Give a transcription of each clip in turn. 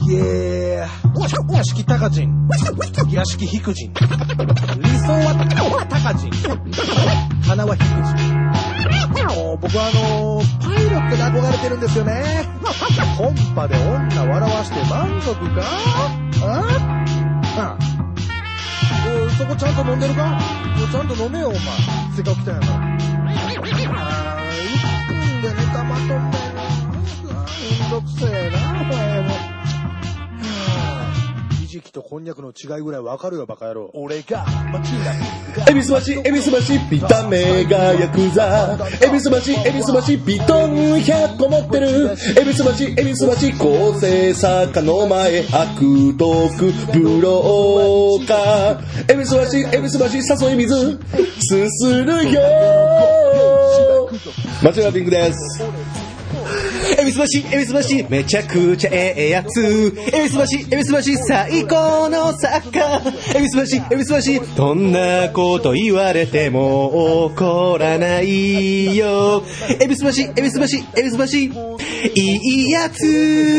屋敷高人、屋敷低人、理想は高人、花は低人。僕はパイロットに憧れてるんですよね。コンパで女笑わして満足か？そこちゃんと飲んでるか？ちゃんと飲めよお前。せっかく来たんやから。1分でネタまとめる。めんどくせえなお前も。ひじきとこんにゃくの違いぐらいわかるよバカ野郎。俺がエビスマシビタメがヤクザ。エビスマシビトン100個持ってる。エビスマシ構成作家の前悪徳ブローカー。エビスマシ誘い水すするよ。町村ピンクです。 エビスマシめちゃくちゃええやつ。エビスマシ最高の作家。エビスマシどんなこと言われても怒らないよ。エビスマシいいやつ。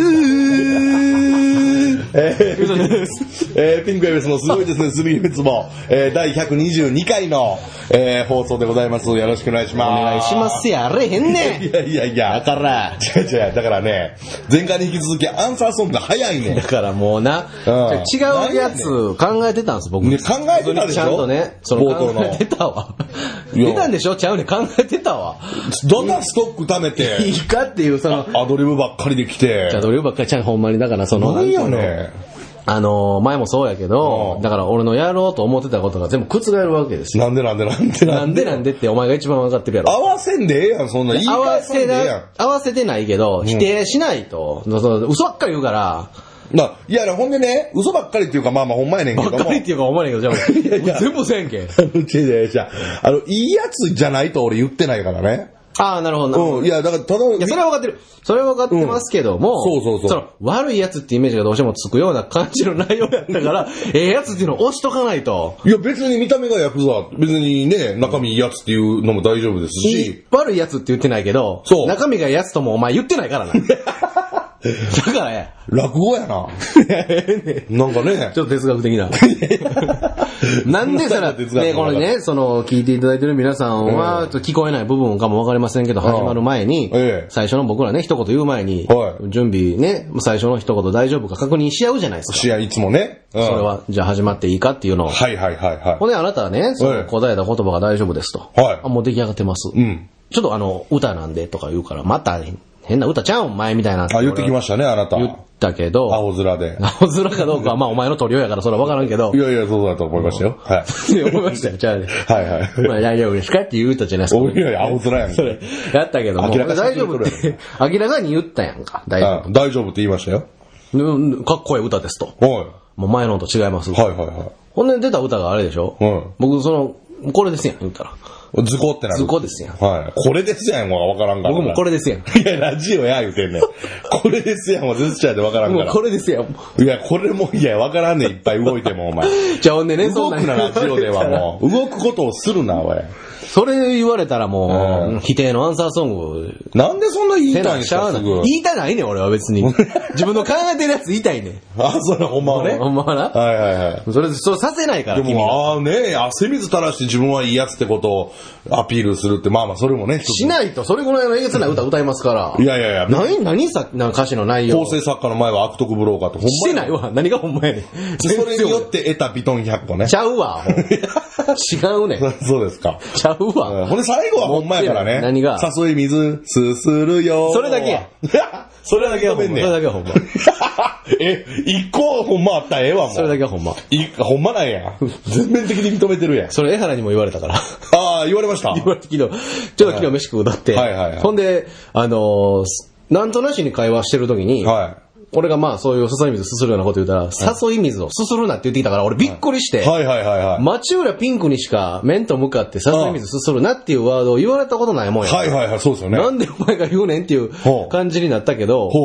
ピンクエビスのすごいですね、スリーフェツも、第122回の、放送でございます。よろしくお願いします。 お願いしますやれへんねん。 いやだからだからね、前回に引き続きアンサーソングが早いねん。 だからもうな、違うやつ考えてたんです僕、 ね、考えてたでしょ。 ちゃんとね、 冒頭の考えてたわ。出たんでしょ。ちゃうね、考えてたわ。 どんなストック貯めていいかっていう、そのアドリブばっかりできて、 アドリブばっかりちゃんほんまに。だからその何やね前もそうやけど、だから俺のやろうと思ってたことが全部覆るわけですよ。なんでってお前が一番分かってるやろ。 合わせんでええやん、そんな言い返せんでええやん。 合わせてないけど、否定しないと、嘘ばっかり言うから。 いや、ほんでね、嘘ばっかりっていうか、まあほんまやねんけども。 ばっかりっていうか、ほんまやねんけど、じゃあ全部せんけん。 いいやつじゃないと俺言ってないからね。 ああ、なるほど。 いや、だから、ただ、 いや、それは分かってる。それは分かってますけども、 そう。 その、悪いやつってイメージがどうしてもつくような感じの内容やったから、ええやつっていうのを押しとかないと。 いや、別に見た目がヤクザ、別にね、中身いいやつっていうのも大丈夫ですし。 悪いやつって言ってないけど、中身がいいやつともお前言ってないからな。だからや。 落語やな。なんかね。 ちょっと哲学的な。なんでさら、ね、これね、聞いていただいてる皆さんは、聞こえない部分かもわかりませんけど、始まる前に、最初の僕らね、一言言う前に、準備ね、最初の一言大丈夫か確認し合うじゃないですか。 いつもね。 それは、じゃあ始まっていいかっていうのを。 はい。 ほんで、あなたはね、答えた言葉が大丈夫ですと。もう出来上がってます。ちょっと歌なんでとか言うから、また、変な歌ちゃうん前みたいな。 言ってきましたね、あなた。 言ったけど。 青空で。 青空かどうかは、まあお前の取りようやからそれは分からんけど。 いや、そうだと思いましたよ。はい。 思いましたよ、じゃあね。 はい。 まあ大丈夫ですかって言う歌じゃないですか。 いや、青空やん。 それ、やったけども。大丈夫って、明らかに言ったやんか。大丈夫。 大丈夫って言いましたよ。 かっこいい歌ですと。もう前のと違います。 はい。 ほんで出た歌があれでしょ。僕、これですやん、言ったら。 図工ってなる。 図工ですやん。 はい。これですやんは分からんから。 僕もこれですやん。 いや、ラジオや言うてんねん。これですやんはずっちゃで分からんから。 もうこれですやん。 いや、これも、いや、分からんねん、いっぱい動いても、お前。 じゃあほんでね、 動くな、ラジオではもう。動くことをするな、おい。 それ言われたらもう、否定のアンサーソング。 なんでそんな言いたいんですか、すぐ。 言いたないねん、俺は別に。自分の考えてるやつ言いたいねん。 それほんまはね。 ほんまはな。 はい。 それさせないから、 でも、汗水垂らして自分はいいやつってことをアピールするって、まあそれもね。 しないと、それぐらいのえげつない歌歌いますから。 いや。 何さ、歌詞の内容。 構成作家の前は悪徳ブローカーってほんましてないわ。何がほんまやねん。 それによって得たビトン100個ね。 ちゃうわ。違うねん。 そうですか。 ちゃうわ。 ほんで最後はほんまやからね。 何が誘い水、すするよ。 それだけや。 それだけはほんま。 それだけはほんま。 一個ほんまあったらええわ、もう。 それだけはほんま。 ほんまなんや。全面的に認めてるやん。 それ江原にも言われたから。 ああ、言われました。 言われたけど、ちょっと昨日飯食うだって。ほんで、なんとなしに会話してる時に、俺がまあそういう誘い水すするようなこと言うたら、誘い水をすするなって言ってきたから俺びっくりして、町浦ピンクにしか面と向かって誘い水すするなっていうワードを言われたことないもんや。 そうですよね。 なんでお前が言うねんっていう感じになったけど、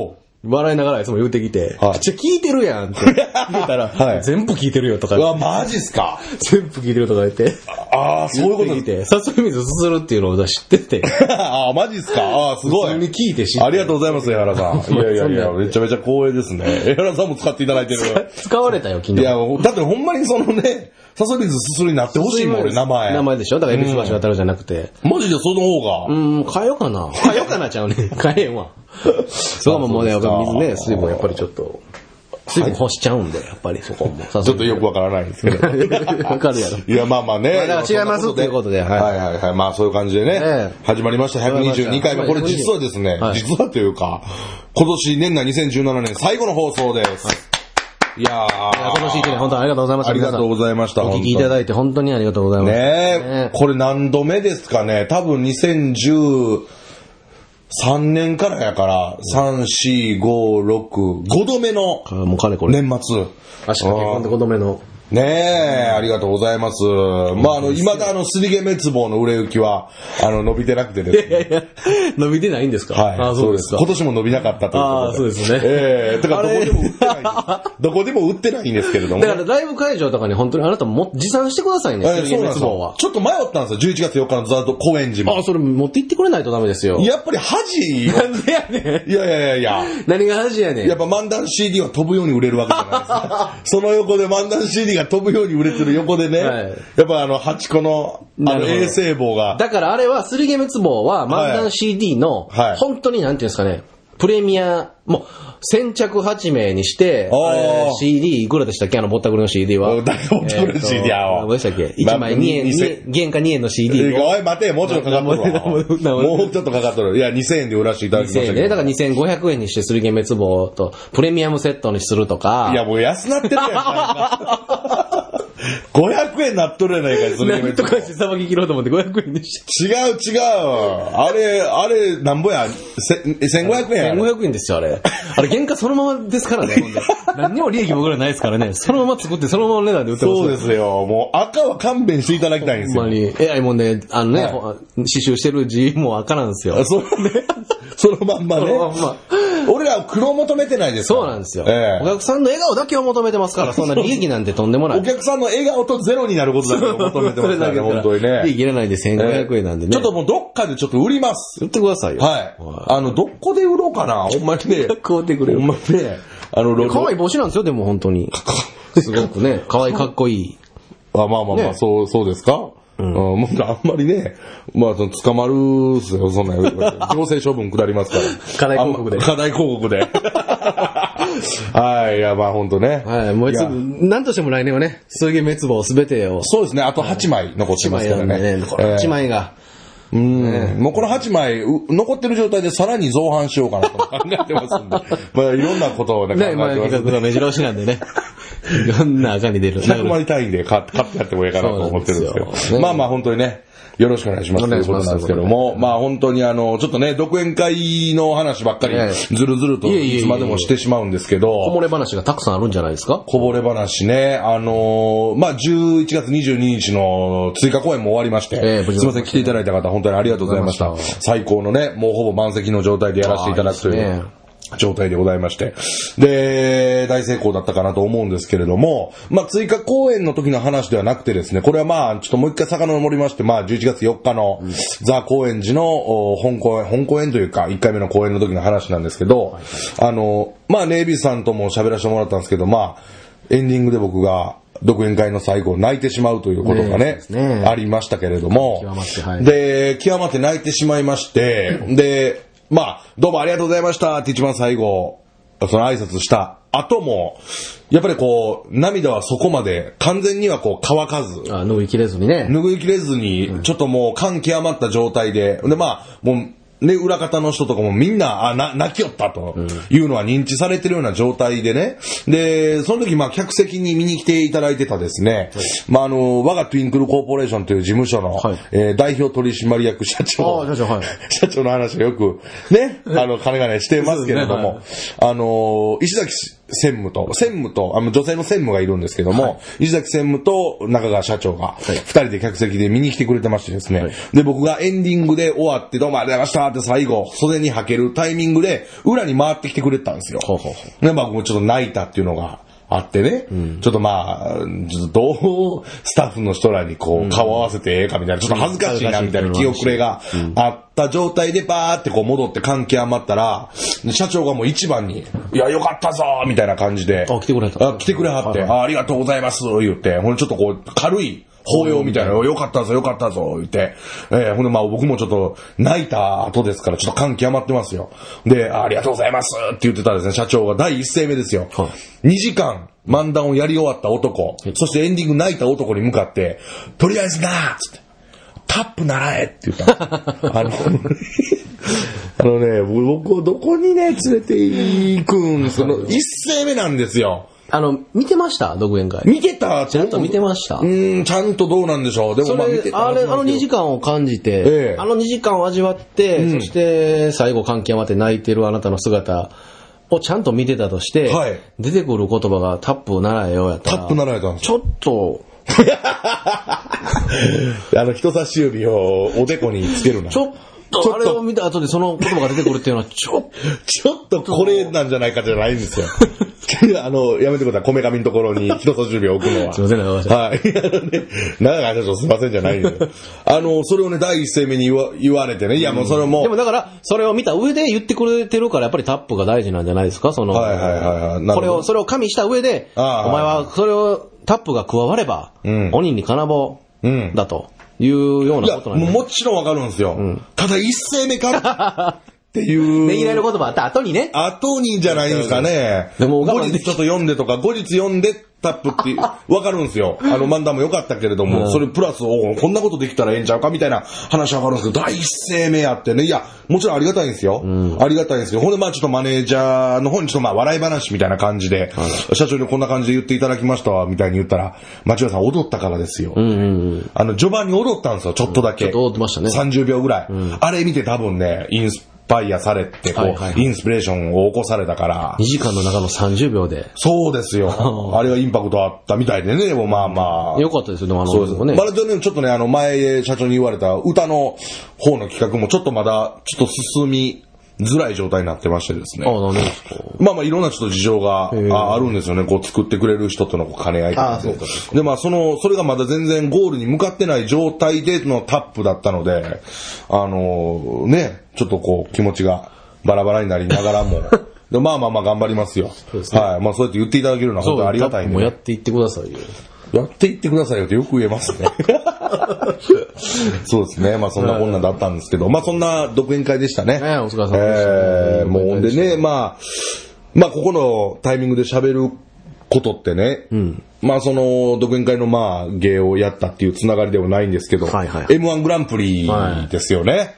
笑いながらいつも言うてきて、めっちゃ聞いてるやんって言ったら、全部聞いてるよとか。 うわ、マジっすか。 全部聞いてるとか言って。 ああ、そういうことで。誘い水すするっていうのを知ってて。 ああ、マジっすか。ああ、すごい。 普通に聞いて知って。 ありがとうございます、江原さん。いや、めちゃめちゃ光栄ですね。江原さんも使っていただいてる。 使われたよ、昨日。 いや、だってほんまにそのね、誘い水すするになってほしいもん、俺、名前。 名前でしょだから、恵比寿橋渡るじゃなくて。 マジでその方が。 変えようかな。変えようかなちゃうね。変えへんわ。そうももうね、水ね、水分やっぱりちょっと。水分干しちゃうんで、やっぱりそこも。 ちょっとよくわからないんですけど。 わかるやろ。 いや、まあね。 だから違いますっていうことで。 はい。まあそういう感じでね。始まりました。122回目。これ実はですね、実はというか、今年年内2017年最後の放送です。いやー。 今年1年本当にありがとうございました。 ありがとうございました。 お聞きいただいて本当にありがとうございます。 ねこれ何度目ですかね。多分2013年からやから、3、4、5、6、5度目の年末。 確かに結婚で5度目の。 ねえ、ありがとうございます。まあ、未だすりげ滅亡の売れ行きは、伸びてなくてですね。 いや、伸びてないんですか？ はい。そうです。今年も伸びなかったということで。 そうですね。 だからどこでも売ってないんですけれども。 だからライブ会場とかに本当にあなたも持参してくださいね、すりげ滅亡は。 ちょっと迷ったんですよ、11月4日のザード高円寺も。 それ持って行ってくれないとダメですよ。 やっぱり恥なんでやねん。 いや。 何が恥やねん。 やっぱ漫談 CD は飛ぶように売れるわけじゃないですか。その横で漫談 CD が飛ぶように売れてる横でね、やっぱ8個の衛星棒が。 だからあれは、すりげ滅亡は漫談 CD の、本当になんていうんですかね、プレミア、もう、先着8名にして、CD いくらでしたっけぼったくりの CD は。 ぼったくりの CD は。 どうでしたっけ ?1 枚2円、原価2円の CD を。 おい、待て、もうちょっとかかっとるわ。もうちょっとかかっとる。いや、2000円で売らせていただきましたけど。2000円ね。 だから2500円にしてすりげ滅亡と、プレミアムセットにするとか。 いや、もう安なってるやん。500円なっとるやないかい、 それ。なんとかしてさばき切ろうと思って500円にして。 違う。あれ、なんぼや、1500円や。 1500円ですよ、あれ。あれ、原価そのままですからね、ほんで。何にも利益もぐらいないですからね。そのまま作って、そのまま値段で売ってます。 そうですよ。もう赤は勘弁していただきたいんですよ。 ほんまに。もんね、刺繍してる字も赤なんですよ。 そうね。そのまんまね。俺らは黒を求めてないですから。 そうなんですよ。お客さんの笑顔だけを求めてますから、そんな利益なんてとんでもない。 お客さんの笑顔とゼロになることだけを求めてますからね、本当にね。 利益入れないで1500円なんでね。 ちょっともうどっかでちょっと売ります。 売ってくださいよ。 はい。どこで売ろうかな、ほんまにね。 買うてくれよ。 ほんまにね。 可愛い帽子なんですよ、でも本当に。すごくね、可愛いかっこいい。 まあ、そうですか？もうあんまりね、捕まるっすよ、そんな。行政処分下りますから。 課題広告で。 課題広告で。はい、いや、まあほんとね。 はい、もうなんとしても来年はね、すりげ滅亡すべてを。 そうですね、あと8枚残ってますからね。 8枚が。 もうこの8枚、残ってる状態でさらに増版しようかなと考えてますんで。いろんなことをね、考えてます。 企画が目白押しなんでね。いろんな赤に出る。 100枚単位で買ってやってもいいかなと思ってるんですけど。まあ本当にね、よろしくお願いしますということなんですけども、まあ本当にちょっとね、独演会の話ばっかりずるずるといつまでもしてしまうんですけど、 こぼれ話がたくさんあるんじゃないですか？ こぼれ話ね、11月22日の追加公演も終わりまして、すいません、来ていただいた方本当にありがとうございました。最高のね、もうほぼ満席の状態でやらせていただくという状態でございまして。で、大成功だったかなと思うんですけれども、追加公演の時の話ではなくてですね、これはちょっともう一回遡りまして、11月4日のザ・高円寺の本公演というか、1回目の公演の時の話なんですけど、ネイビーさんとも喋らせてもらったんですけど、エンディングで僕が、独演会の最後泣いてしまうということがね、ありましたけれども、で、極まって泣いてしまいまして、で、どうもありがとうございましたって一番最後、その挨拶した後も、やっぱり涙はそこまで完全には乾かず。 拭いきれずにね。 拭いきれずに、ちょっともう感極まった状態で、で、もう、ね、裏方の人とかもみんな、泣きよったというのは認知されてるような状態でね。で、その時、客席に見に来ていただいてたですね、我がトゥインクルコーポレーションという事務所の、代表取締役社長。社長の話がよく、ね、金がね、してますけれども、石崎専務と、女性の専務がいるんですけども、はい、石崎専務と中川社長が、二人で客席で見に来てくれてましてですね、はい、で、僕がエンディングで終わって、どうもありがとうございましたって最後、袖に履けるタイミングで、裏に回ってきてくれたんですよ。で、まあ、僕もちょっと泣いたっていうのが、あってね、ちょっとまあ、どうスタッフの人らにこう顔合わせてええかみたいな、ちょっと恥ずかしいなみたいな気遅れがあった状態でバーってこう戻って関係余ったら、社長がもう一番に、いやよかったぞみたいな感じで、 来てくれた。 来てくれはって、ありがとうございます言って、ほんでちょっとこう軽い抱擁みたいな、よかったぞよかったぞ言って、ほんでまあ僕もちょっと泣いた後ですからちょっと感極まってますよ。で、ありがとうございますって言ってたらですね、社長が第一声目ですよ。2時間漫談をやり終わった男、そしてエンディング泣いた男に向かって、とりあえずなーっつって、タップ習えって言ったね、僕をどこにね、連れて行くん、その一声目なんですよ。 見てました独演会。 見てたちゃんと見てました。 ちゃんとどうなんでしょう。でもまあ見てた。 2時間を感じて、2時間を味わって、そして最後感極まって泣いてるあなたの姿をちゃんと見てたとして、はい、出てくる言葉がタップ習えよやったら。 タップ習えたんですちょっと、 人差し指をおでこにつけるな。 ちょっとあれを見た後でその言葉が出てくるっていうのはちょっとこれなんじゃないかじゃないんですよ。やめてください。こめかみのところに人差し指を置くのは。 すいません、長川はい。長川社長すいませんじゃないんで。それをね、第一声目に言われてね。いや、もうそれも。 でもだから、それを見た上で言ってくれてるから、やっぱりタップが大事なんじゃないですか、それを加味した上で、お前はそれを、タップが加われば、鬼に金棒だというようなことなんです。 もちろんわかるんですよ。ただ一声目からっていう。 ねぎらいの言葉あった後にね。 後にじゃないんですかね。でも後日ちょっと読んでとか、後日読んでタップってわかるんですよ。漫談も良かったけれども、それプラスこんなことできたらええんちゃうかみたいな話わかるんですけど、第一声目やってね。いや、もちろんありがたいんですよ。ありがたいんですけど、ほんでまあちょっとマネージャーの方にちょっとまあ笑い話みたいな感じで、社長にこんな感じで言っていただきましたわ、みたいに言ったら、町浦さん踊ったからですよ。序盤に踊ったんですよ、ちょっとだけ。 ちょっと踊ってましたね。 30秒ぐらい。あれ見て多分ね、インスパイアされて、インスピレーションを起こされたから。 2時間の中の30秒で。 そうですよ。あれはインパクトあったみたいでね、でもまあまあ。 よかったですよ、でもそうですね。まだちょっとね、前社長に言われた歌の方の企画もちょっとまだ、ちょっと進みづらい状態になってましてですね。 なんでですか。 まあまあいろんなちょっと事情があるんですよね。こう作ってくれる人との兼ね合いとかで。でまあそれがまだ全然ゴールに向かってない状態でのタップだったので、ね、ちょっとこう気持ちがバラバラになりながらも。でまあ頑張りますよ。はい。まあそうやって言っていただけるのは本当にありがたいんで。 もうやっていってくださいよ。 やっていってくださいよってよく言えますね。そうですね。まあそんなこんなだったんですけど、まあそんな独演会でしたね。 お疲れ様でした。 もうほんでね、まあここのタイミングで喋ることってね、まあその独演会のまあ芸をやったっていうつながりではないんですけど、M1 グランプリですよね。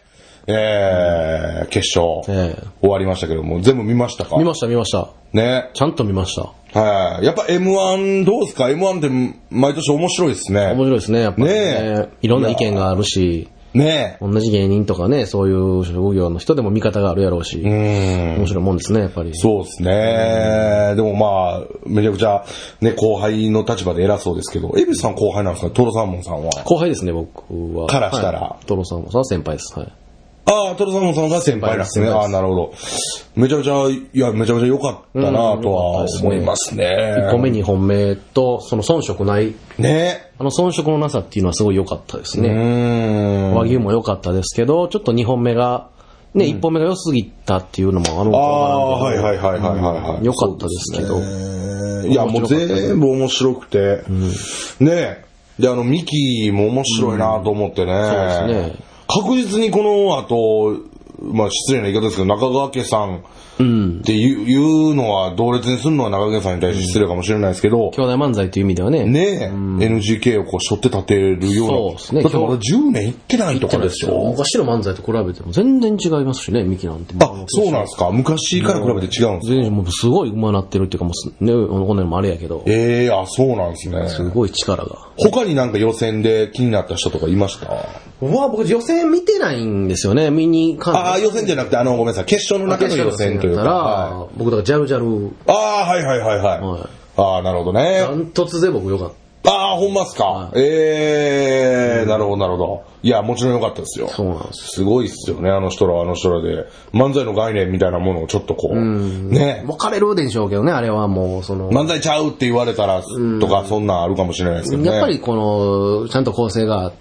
決勝、終わりましたけども、全部見ましたか？ 見ました。 ね。 ちゃんと見ました。 はい。やっぱ M1 どうですか？ M1 って毎年面白いですね。 面白いですね。やっぱりね。いろんな意見があるし。 ねえ。 同じ芸人とかね、そういう職業の人でも見方があるやろうし。面白いもんですね、やっぱり。 そうですね。でもまあ、めちゃくちゃね、後輩の立場で偉そうですけど、エビスさん後輩なんですか？トロサーモンさんは。 後輩ですね、僕は。 からしたら。 トロサーモンさんは先輩です。はい。 トロサーモンさんが先輩なんですね。なるほど。めちゃくちゃ良かったなとは思いますね。 1本目、2本目と、その遜色ない。 ね。 遜色のなさっていうのはすごい良かったですね。和牛も良かったですけど、ちょっと2本目が、ね、1本目が良すぎたっていうのもあるのかな。 はい。 良かったですけど。 いや、もう全部面白くて。ね。で、ミキも面白いなと思ってね。 そうですね。 確実にこの後、まあ失礼な言い方ですけど、中川家さんっていうのは、同列にするのは中川家さんに対して失礼かもしれないですけど、 兄弟漫才という意味ではね。 ねえ、NGK をこう背負って立てるような。そうですね。だってまだ10年いってないとかですよ。 昔の漫才と比べても全然違いますしね、ミキなんて。 そうなんですか。昔から比べて違うんですか。 全然もうすごい上手なってるっていうか、もうね、こんなのもあれやけど。 そうなんですね。 すごい力が。 他になんか予選で気になった人とかいました？ 僕予選見てないんですよね、見に行かない。 予選じゃなくて、ごめんなさい、決勝の中の予選というか。 僕だからジャルジャル。 はいはいはいはい。なるほどね。 ダントツで僕よかった。 ほんまっすか。なるほどなるほど。いや、もちろんよかったですよ。 そうなんです。 すごいっすよね、あの人らで。漫才の概念みたいなものをちょっとこう、ね。 分かれるでしょうけどね、あれはもう、 漫才ちゃうって言われたら、とか、そんなんあるかもしれないですけどね。 やっぱりちゃんと構成があって、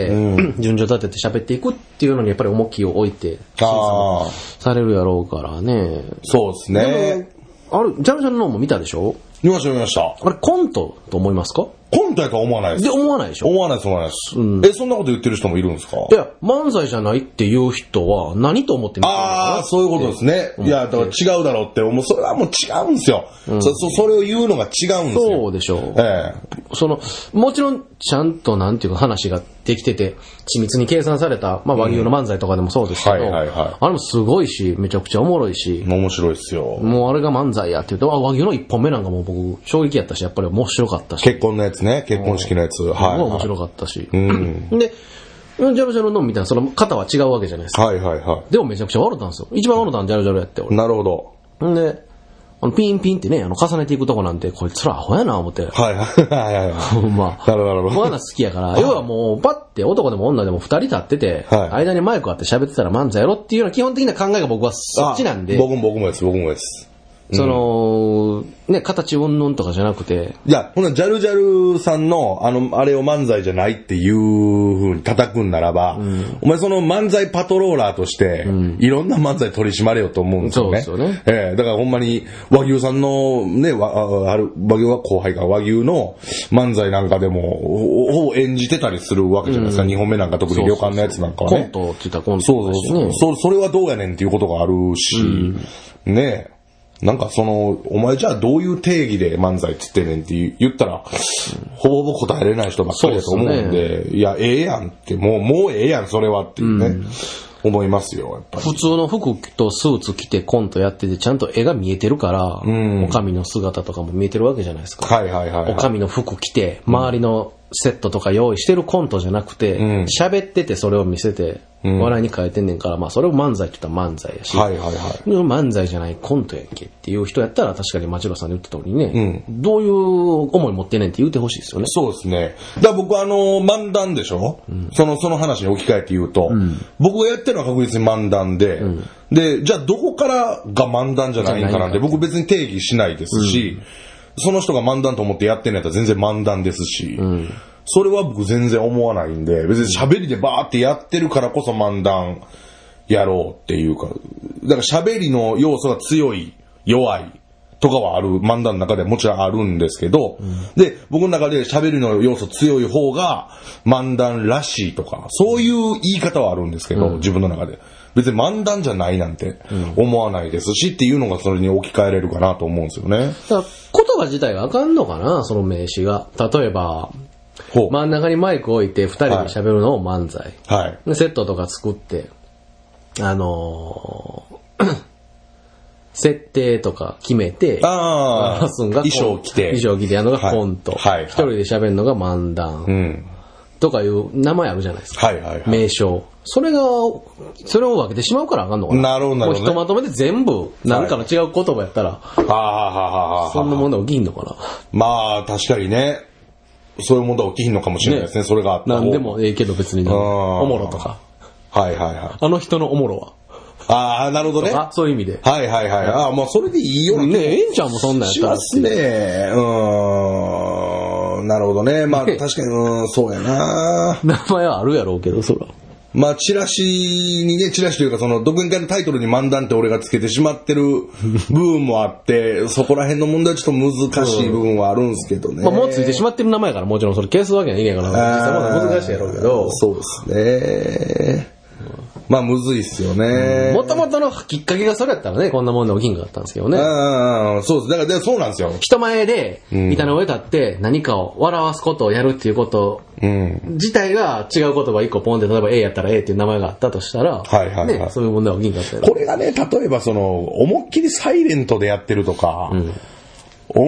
順序立てて喋っていくっていうのにやっぱり重きを置いて、審査されるやろうからね。 そうですね。 ジャルジャルのも見たでしょ？ 見ました。 あれコントと思いますか？ コントやとは思わないです。 思わないでしょ？ 思わないです。そんなこと言ってる人もいるんですか？ いや、漫才じゃないっていう人は何と思って見てるのかな？ そういうことですね。いや、だから違うだろうって、それはもう違うんですよ。それを言うのが違うんですよ。 そうでしょう。もちろん、ちゃんとなんていうか話ができてて、緻密に計算された、和牛の漫才とかでもそうですけど、あれもすごいし、めちゃくちゃおもろいし。 面白いっすよ。 もうあれが漫才やって言うと、和牛の一本目なんかも僕、衝撃やったし、やっぱり面白かったし。 結婚のやつね、結婚式のやつ。 面白かったし。で、ジャルジャルのみたいな、その型は違うわけじゃないですか。でもめちゃくちゃ笑ったんですよ。一番笑ったんジャルジャルやって、俺。 なるほど。 で、ピンピンってね、重ねていくとこなんて、こいつらアホやな、思って。 なるほど。 僕は好きやから、要はもう、パッて男でも女でも二人立ってて、間にマイクあって喋ってたら漫才やろっていうような基本的な考えが僕はそっちなんで。 僕もです。 形うんぬんとかじゃなくて。 いや、ほな、ジャルジャルさんの、あれを漫才じゃないっていう風に叩くんならば、お前その漫才パトローラーとして、いろんな漫才取り締まれよと思うんですよね。 そうですよね。 だからほんまに、和牛さんの、ね、和牛は後輩が和牛の漫才なんかでも、ほぼ演じてたりするわけじゃないですか。2本目なんか特に旅館のやつなんかはね。 コントって言ったらコント。 それはどうやねんっていうことがあるし、ね。なんかお前じゃあどういう定義で漫才っつってねんって言ったら、ほぼほぼ答えれない人ばっかりだと思うんで、いや、ええやんって、もうええやん、それはっていうね、思いますよ、やっぱり。 普通の服とスーツ着てコントやってて、ちゃんと絵が見えてるから、おかみの姿とかも見えてるわけじゃないですか。おかみの服着て、周りのセットとか用意してるコントじゃなくて、喋っててそれを見せて、笑いに変えてんねんから、それを漫才って言ったら漫才やし、漫才じゃないコントやっけっていう人やったら確かに町野さんに言った通りね、どういう思い持ってんねんって言ってほしいですよね。 そうですね。だから僕は漫談でしょ、その話に置き換えて言うと、僕がやってるのは確実に漫談で、で、じゃあどこからが漫談じゃないんかなんて僕別に定義しないですし、その人が漫談と思ってやってんのやったら全然漫談ですし、それは僕全然思わないんで、別に喋りでバーってやってるからこそ漫談やろうっていうか、だから喋りの要素が強い、弱いとかはある、漫談の中でもちろんあるんですけど、で、僕の中で喋りの要素強い方が漫談らしいとか、そういう言い方はあるんですけど、自分の中で。別に漫談じゃないなんて思わないですしっていうのがそれに置き換えれるかなと思うんですよね。 だから言葉自体があかんのかな、その名詞が。例えば、真ん中にマイク置いて二人で喋るのを漫才。セットとか作って、設定とか決めて、 衣装着てやるのがコント。一人で喋るのが漫談。とかいう名前あるじゃないですか。名称。それを分けてしまうからあかんのかな。 なるほど、ね。もうひとまとめで全部、何かの違う言葉やったら、そんな問題起きんのかな。 確かにね。そういう問題起きひんのかもしれないですね、それがあった方が。 なんでもええけど別に、おもろとか。あの人のおもろは。なるほどね。 そういう意味で。 それでいいよね。ええんちゃんもそんなんやったら。 しますね。なるほどね。確かに、そうやな。 名前はあるやろうけど、そら。 チラシというか、独演会のタイトルに漫談って俺がつけてしまってる部分もあって、そこら辺の問題はちょっと難しい部分はあるんですけどね。 もうついてしまってる名前やから、もちろんそれ消すわけにはいけないから、実際まだ難しいやろうけど。 そうですね。むずいっすよね。 もともとのきっかけがそれやったらね、こんなもんで起きんかったんですけどね。 そうです。だからそうなんですよ。 人前で、板の上立って何かを笑わすことをやるっていうこと自体が違う言葉一個ポンって、例えば A やったら A っていう名前があったとしたら、そういう問題は起きんかったよ。 これがね、例えば思いっきりサイレントでやってるとか、思いっ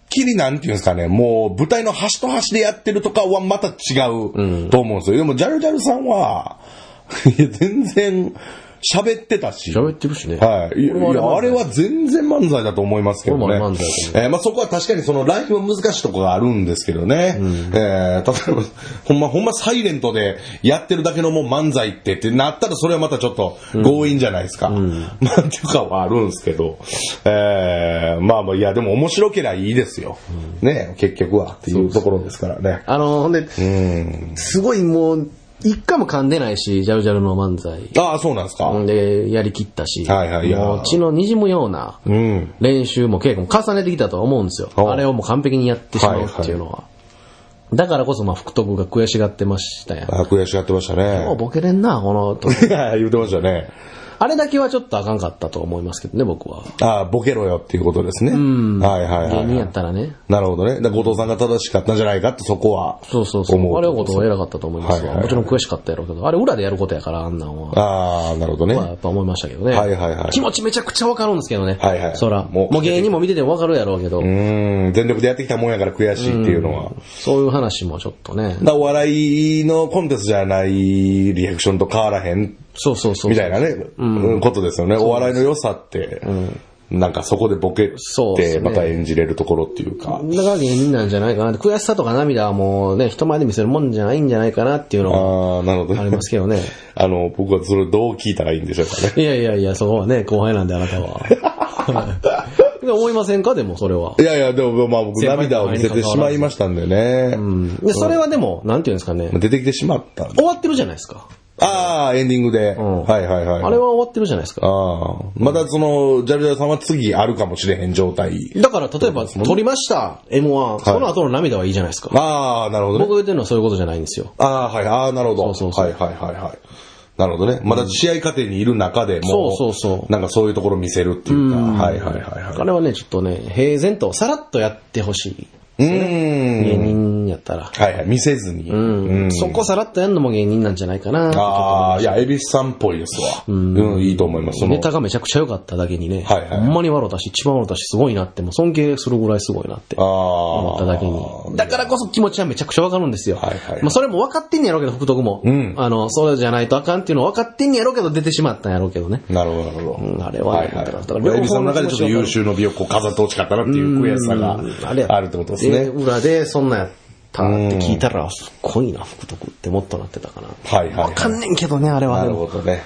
きりなんていうんですかね、もう舞台の端と端でやってるとかはまた違うと思うんですよ。でもジャルジャルさんは全然喋ってたし。 喋ってるしね。 はい。いや、あれは全然漫才だと思いますけどね。 漫才まあそこは確かにそのライブも難しいところがあるんですけどね。例えば、ほんまサイレントでやってるだけのもう漫才ってなったらそれはまたちょっと強引じゃないですか。まあっていうかはあるんですけど。まあいやでも面白けりゃいいですよ。ね、結局はっていうところですからね。 ほんで、すごいもう、一回も噛んでないし、ジャルジャルの漫才。 ああ、そうなんですか。 で、やりきったし、 はい。 もう血の滲むような練習も稽古も重ねてきたとは思うんですよ。あれをもう完璧にやってしまうっていうのは。だからこそ、福徳が悔しがってましたやん。 悔しがってましたね。 もうボケれんな、この時。 言ってましたね。 あれだけはちょっとあかんかったと思いますけどね、僕は。 ああ、ボケろよっていうことですね。はい。 芸人やったらね。 なるほどね。後藤さんが正しかったんじゃないかってそこは。 そう。あれは後藤は偉かったと思いますよ。もちろん悔しかったやろうけど、あれ裏でやることやから、あんなんは。 ああ、なるほどね。 やっぱ思いましたけどね。 はい。 気持ちめちゃくちゃわかるんですけどね。 はい。 そら。もう芸人も見ててもわかるやろうけど。 全力でやってきたもんやから悔しいっていうのは。 そういう話もちょっとね。 お笑いのコンテンツじゃないリアクションと変わらへん。 そう。 みたいなね、ことですよね。お笑いの良さって、なんかそこでボケてまた演じれるところっていうか。 だから芸人なんじゃないかなって、悔しさとか涙はもうね、人前で見せるもんじゃないんじゃないかなっていうのはありますけどね。 僕はそれどう聞いたらいいんでしょうかね。 いや、そこはね、後輩なんであなたは。思いませんかでもそれは。 いや、でも僕涙を見せてしまいましたんでね。 で、それはでも、なんていうんですかね。 出てきてしまった。 終わってるじゃないですか。 ああ、エンディングで。はい。 あれは終わってるじゃないですか。 まだその、ジャルジャルさんは次あるかもしれへん状態。 だから、例えば、撮りました、M1。その後の涙はいいじゃないですか。 ああ、なるほどね。 僕が言ってるのはそういうことじゃないんですよ。 ああ、なるほど。 そう。 はい。なるほどね。まだ試合過程にいる中でも、なんかそういうところを見せるっていうか。はい。 あれはね、ちょっとね、平然と、さらっとやってほしい。芸人やったら。 はい。見せずに。 そこさらっとやるのも芸人なんじゃないかな。 ああ、いや、恵比寿さんっぽいですわ。いいと思います。 ネタがめちゃくちゃ良かっただけにね。ほんまに笑ったし、一番笑ったし、すごいなって、もう尊敬するぐらいすごいなって思っただけに。だからこそ気持ちはめちゃくちゃわかるんですよ。それも分かってんねやろうけど、福徳も。そうじゃないとあかんっていうの分かってんねやろうけど、出てしまったんやろうけどね。 なるほど。 あれは。 だから、恵比寿さんの中でちょっと優秀の美を飾ってほしかったなっていう悔しさがあるってことですね。 裏でそんなやったって聞いたら、すっごいな、福徳ってもっとなってたかな。わかんねんけどね、あれは。 なるほどね。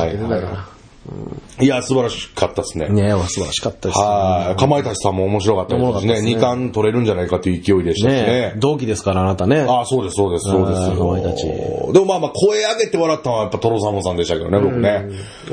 いや、素晴らしかったですね。 素晴らしかったです。 かまいたちさんも面白かったですね。2冠取れるんじゃないかという勢いでしたしね。 同期ですから、あなたね。 そうです。かまいたち。でも声上げて笑ったのはやっぱトロサモさんでしたけどね、僕ね。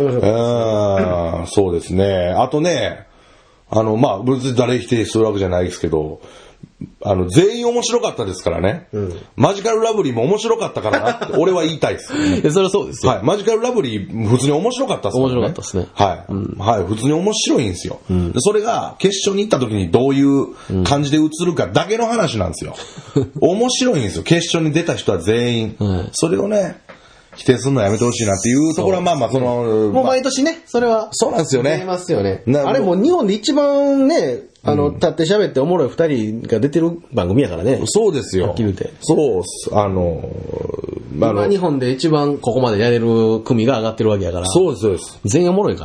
そうですね。あとね、別に誰否定するわけじゃないですけど、全員面白かったですからね。マジカルラブリーも面白かったからなって、俺は言いたいです。 それはそうですよ。 マジカルラブリー、普通に面白かったですね。 面白かったですね。 普通に面白いんですよ。それが、決勝に行った時にどういう感じで映るかだけの話なんですよ。面白いんですよ。決勝に出た人は全員。それをね、否定するのやめてほしいなっていうところは、 もう毎年ね、それは。 そうなんですよね。 出ますよね。あれもう日本で一番ね、立って喋っておもろい二人が出てる番組やからね。 そうですよ。 はっきり言って。 そうっす。 今日本で一番ここまでやれる組が上がってるわけやから。 そうです。 全員おもろいから。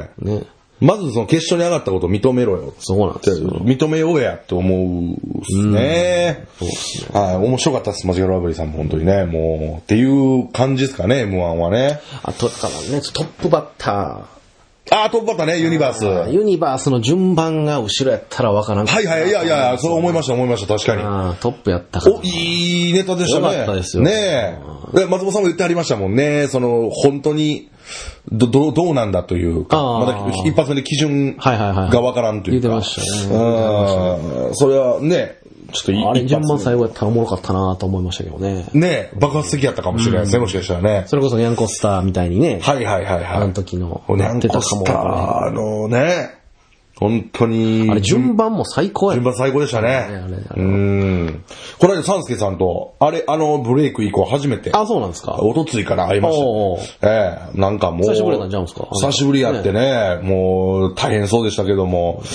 ね。 まずその決勝に上がったことを認めろよ。 そうなんですよ。 認めようやと思うっすね。面白かったです。マジカルラブリーさんも本当にね。もう、っていう感じですかね、M1 はね。 あとからね、トップバッター。 トップバッターね、ユニバース。 ユニバースの順番が後ろやったらわからんかった。 いや、そう思いました、確かに。 トップやったから。 いいネタでしたね。 よかったですよ。 ねえ。松本さんも言ってありましたもんね。本当に、どうなんだというか、まだ一発目で基準がわからんというか。 言ってましたね。 それはね、ちょっとあれ順番最後やったらおもろかったなと思いましたけどね。 ねえ、爆発的やったかもしれないですね、もしかしたらね。 それこそニャンコスターみたいにね。 あの時の。 ニャンコスターね。本当に。 あれ順番も最高や。 順番最高でしたね。この間サンスケさんと、ブレイク以降初めて。 そうなんですか。 おとついから会いました。なんかもう。 久しぶりなんちゃうんですか。 久しぶりやってね、もう大変そうでしたけども、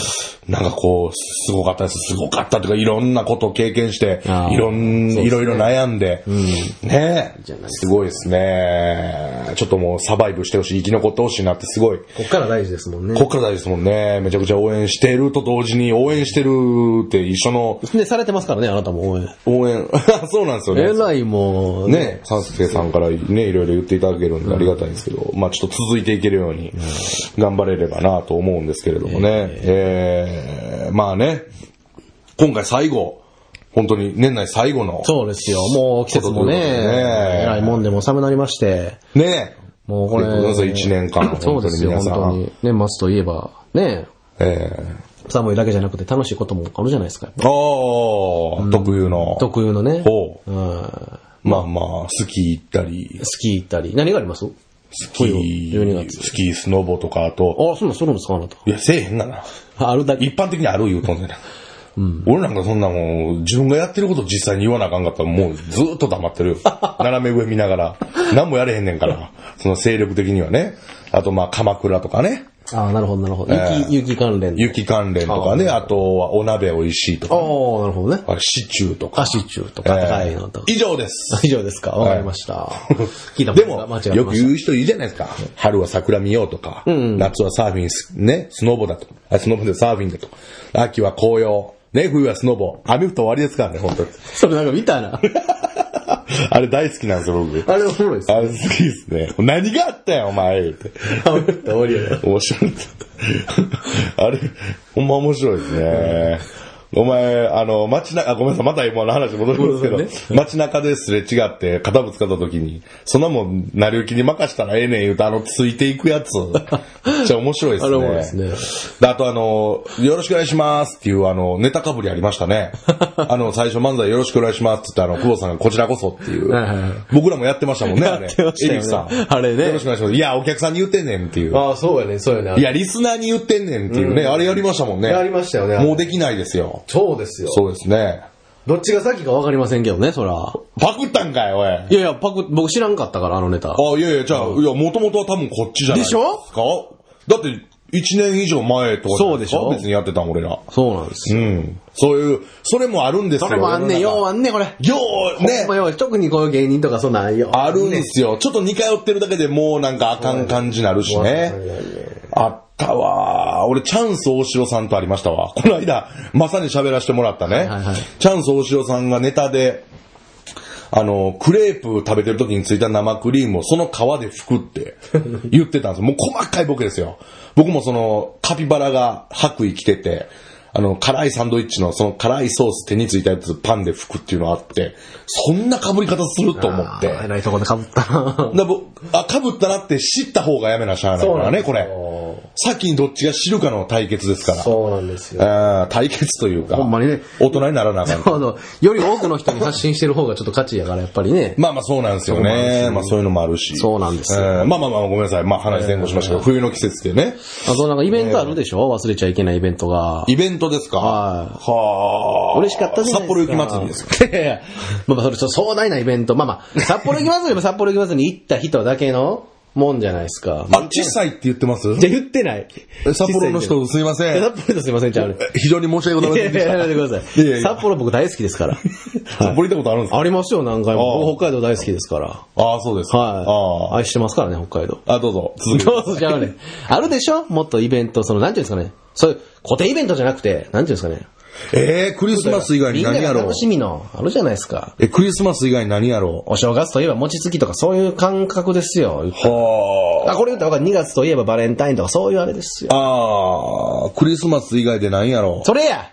なんかこう、すごかったです。すごかったとか、いろんなことを経験して、いろいろ悩んで、ねすごいですね。ちょっともうサバイブしてほしい、生き残ってほしいなってすごい。 こっから大事ですもんね。 こっから大事ですもんね。めちゃくちゃ応援してると同時に、応援してるって一緒の。 ね、されてますからね、あなたも応援。 そうなんですよね。 えらいもう。 ね、三助さんからね、いろいろ言っていただけるんでありがたいんですけど、まあちょっと続いていけるように頑張れればなと思うんですけれどもね。まあね、今回最後、本当に年内最後の。 そうですよ。もう季節もね、えらいもんでも寒なりまして。 ねもうこれ。 1年間。 そうですよ、本当に。年末といえば、ね寒いだけじゃなくて楽しいこともあるじゃないですか。 特有のね。 まあまあ、スキー行ったり。 何があります？ スキー、スノボとか、あと。 そんなんですか、あなた。 いや、せえへんがな。 あるだけ。 一般的にある言うとんねんな。俺なんかそんなもん、自分がやってること実際に言わなあかんかったらもうずーっと黙ってるよ。斜め上見ながら。何もやれへんねんから。その勢力的にはね。あとまあ、鎌倉とかね。 なるほど。雪関連。 雪関連とかね。あとはお鍋美味しいとか。 なるほどね。 シチューとか。 はいのと。 以上です。 以上ですか。わかりました。聞いたでも、よく言う人いるじゃないですか。春は桜見ようとか。夏はサーフィンね、スノボだと。スノボでサーフィンだと。秋は紅葉。ね、冬はスノボ。網太終わりですからね、本当に。 それなんか見たな。 あれ大好きなんですよ、僕。 あれ面白いですね。 あれ好きですね。何があったよ、お前。って。 終わりやね。 面白い。あれ、ほんま面白いですね。お前、街中、ごめんなさい、また今の話戻りますけど、街中ですれ違って肩ぶつかった時に、そんなもん、成り行きに任したらええねん言うと、ついていくやつ、めっちゃ面白いですね。ですね。あとよろしくお願いしますっていうネタかぶりありましたね。最初漫才よろしくお願いしますって言って、久保さんがこちらこそっていう。僕らもやってましたもんね、あれ。エリクさん。 あれね。 よろしくお願いします。いや、お客さんに言ってんねんっていう。 そうやね。 いや、リスナーに言ってんねんっていうね。あれやりましたもんね。 やりましたよね。 もうできないですよ。 そうですよ。 そうですね。 どっちが先か分かりませんけどね、そら。 パクったんかい、おい。 いや、僕知らんかったから、あのネタ。 いや、じゃあ、もともとは多分こっちじゃないですか。 でしょ？ だって、1年以上前とかそうでしょ？ 別にやってたん、俺ら。 そうなんですよ。 そういう、それもあるんですよ。 それもあんねん、ようあんねん、これ。ね。特にこういう芸人とかそんなんよ。 あるんですよ。ちょっと似通ってるだけでもうなんかあかん感じになるしね。あったわ。俺、チャンス大城さんとありましたわ。この間、まさに喋らせてもらったね。チャンス大城さんがネタで、クレープ食べてる時についた生クリームをその皮で拭くって言ってたんですよ。もう細かいボケですよ。僕もカピバラが白衣着てて、辛いサンドイッチのその辛いソース手についたやつパンで拭くっていうのがあって、そんな被り方すると思って。 えらいとこで被ったな。 被ったなって知った方がやめなしゃあないからね、これ。先にどっちが知るかの対決ですから。 そうなんですよ。 対決というか。 ほんまにね。 大人にならなあかん。 より多くの人に発信してる方がちょっと価値やから、やっぱりね。 まあそうなんですよね。まあそういうのもあるし。 そうなんですよ。 まあごめんなさい。まあ話前後しましたけど、冬の季節でね。 あとなんかイベントあるでしょ？忘れちゃいけないイベントが。 イベントですか？はあ。嬉しかったじゃないですか。 札幌雪まつりですか？ まあそれ壮大なイベント。札幌雪まつりも札幌雪まつりに行った人だけのもんじゃないですか。 小さいって言ってます？ じゃ言ってない。 札幌の人すいません。 札幌の人すいません、ちゃうね。 非常に申し訳ございませんでした。 やめてください。札幌僕大好きですから。 札幌行ったことあるんですか？ ありますよ、何回も。僕北海道大好きですから。 ああ、そうです。 はい。愛してますからね、北海道。 どうぞ。 どうぞ、じゃあね。あるでしょ？もっとイベント、なんていうんですかね。そういう固定イベントじゃなくて、なんていうんですかね。 クリスマス以外に何やろう？ 楽しみの、あるじゃないですか。 クリスマス以外に何やろう？ お正月といえば餅つきとかそういう感覚ですよ。 はあ。これ言ったら2月といえばバレンタインとかそういうあれですよ。 クリスマス以外で何やろう？ それや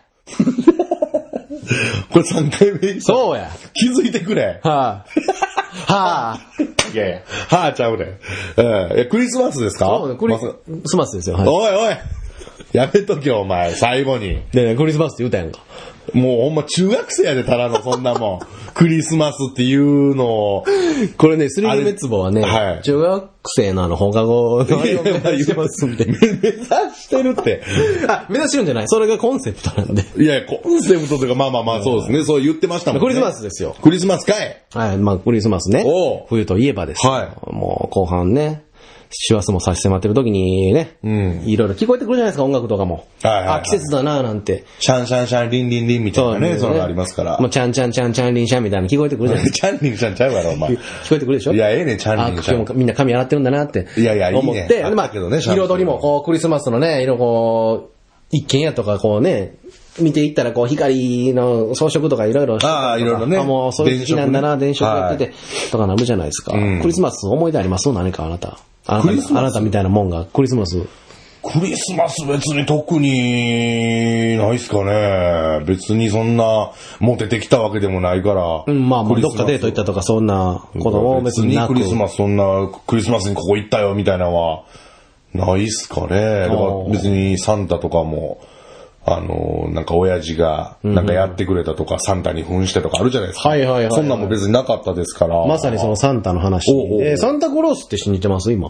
これ3回目。 そうや。 気づいてくれ。 はいやはあちゃうね。クリスマスですか？ そうね、クリスマスですよ。 おいやめとけよ、お前、最後に。 ねクリスマスって言うたやんか。 もうほんま中学生やで、ただの、そんなもん。クリスマスっていうのを。 これね、スリル滅亡はね、中学生の放課後のあれを目指してますんで。 目指してるって。 目指してるんじゃない？それがコンセプトなんで。 いや、コンセプトというか、まあ、そうですね。そう言ってましたもんね。 クリスマスですよ。 クリスマスかい？ はい、クリスマスね。冬といえばですよ。もう後半ね。 師走も差し迫ってる時にね、いろいろ聞こえてくるじゃないですか、音楽とかも。あ、季節だなぁなんて。 シャンシャンシャンリンリンリンみたいなね、そういうのがありますから。 もうチャンチャンチャンチャンリンシャンみたいな聞こえてくるじゃないですか。チャンリンシャンちゃうわろ、お前。聞こえてくるでしょ。 いや、ええね、チャンリンシャン。 今日もみんな髪洗ってるんだなって。いやいや、思って、まあ、彩りもこう、クリスマスのね、色こう、一軒家とかこうね、見ていったらこう光の装飾とかいろいろしていろいろね。 もうそういう時期なんだな、電飾やってて、とかなるじゃないですか。クリスマス思い出あります？何かあなた。あなたみたいなもんがクリスマス。 クリスマス別に特にないっすかね。別にそんなモテてきたわけでもないから。 まあもうどっかデート行ったとかそんなことも別になく。 クリスマスそんなクリスマスにここ行ったよみたいなのはないっすかね。だから別にサンタとかも。なんか親父が、なんかやってくれたとか、サンタに扮してとかあるじゃないですか。はいはいはい。そんなんも別になかったですから。 まさにそのサンタの話。サンタクロースって信じてます今。 い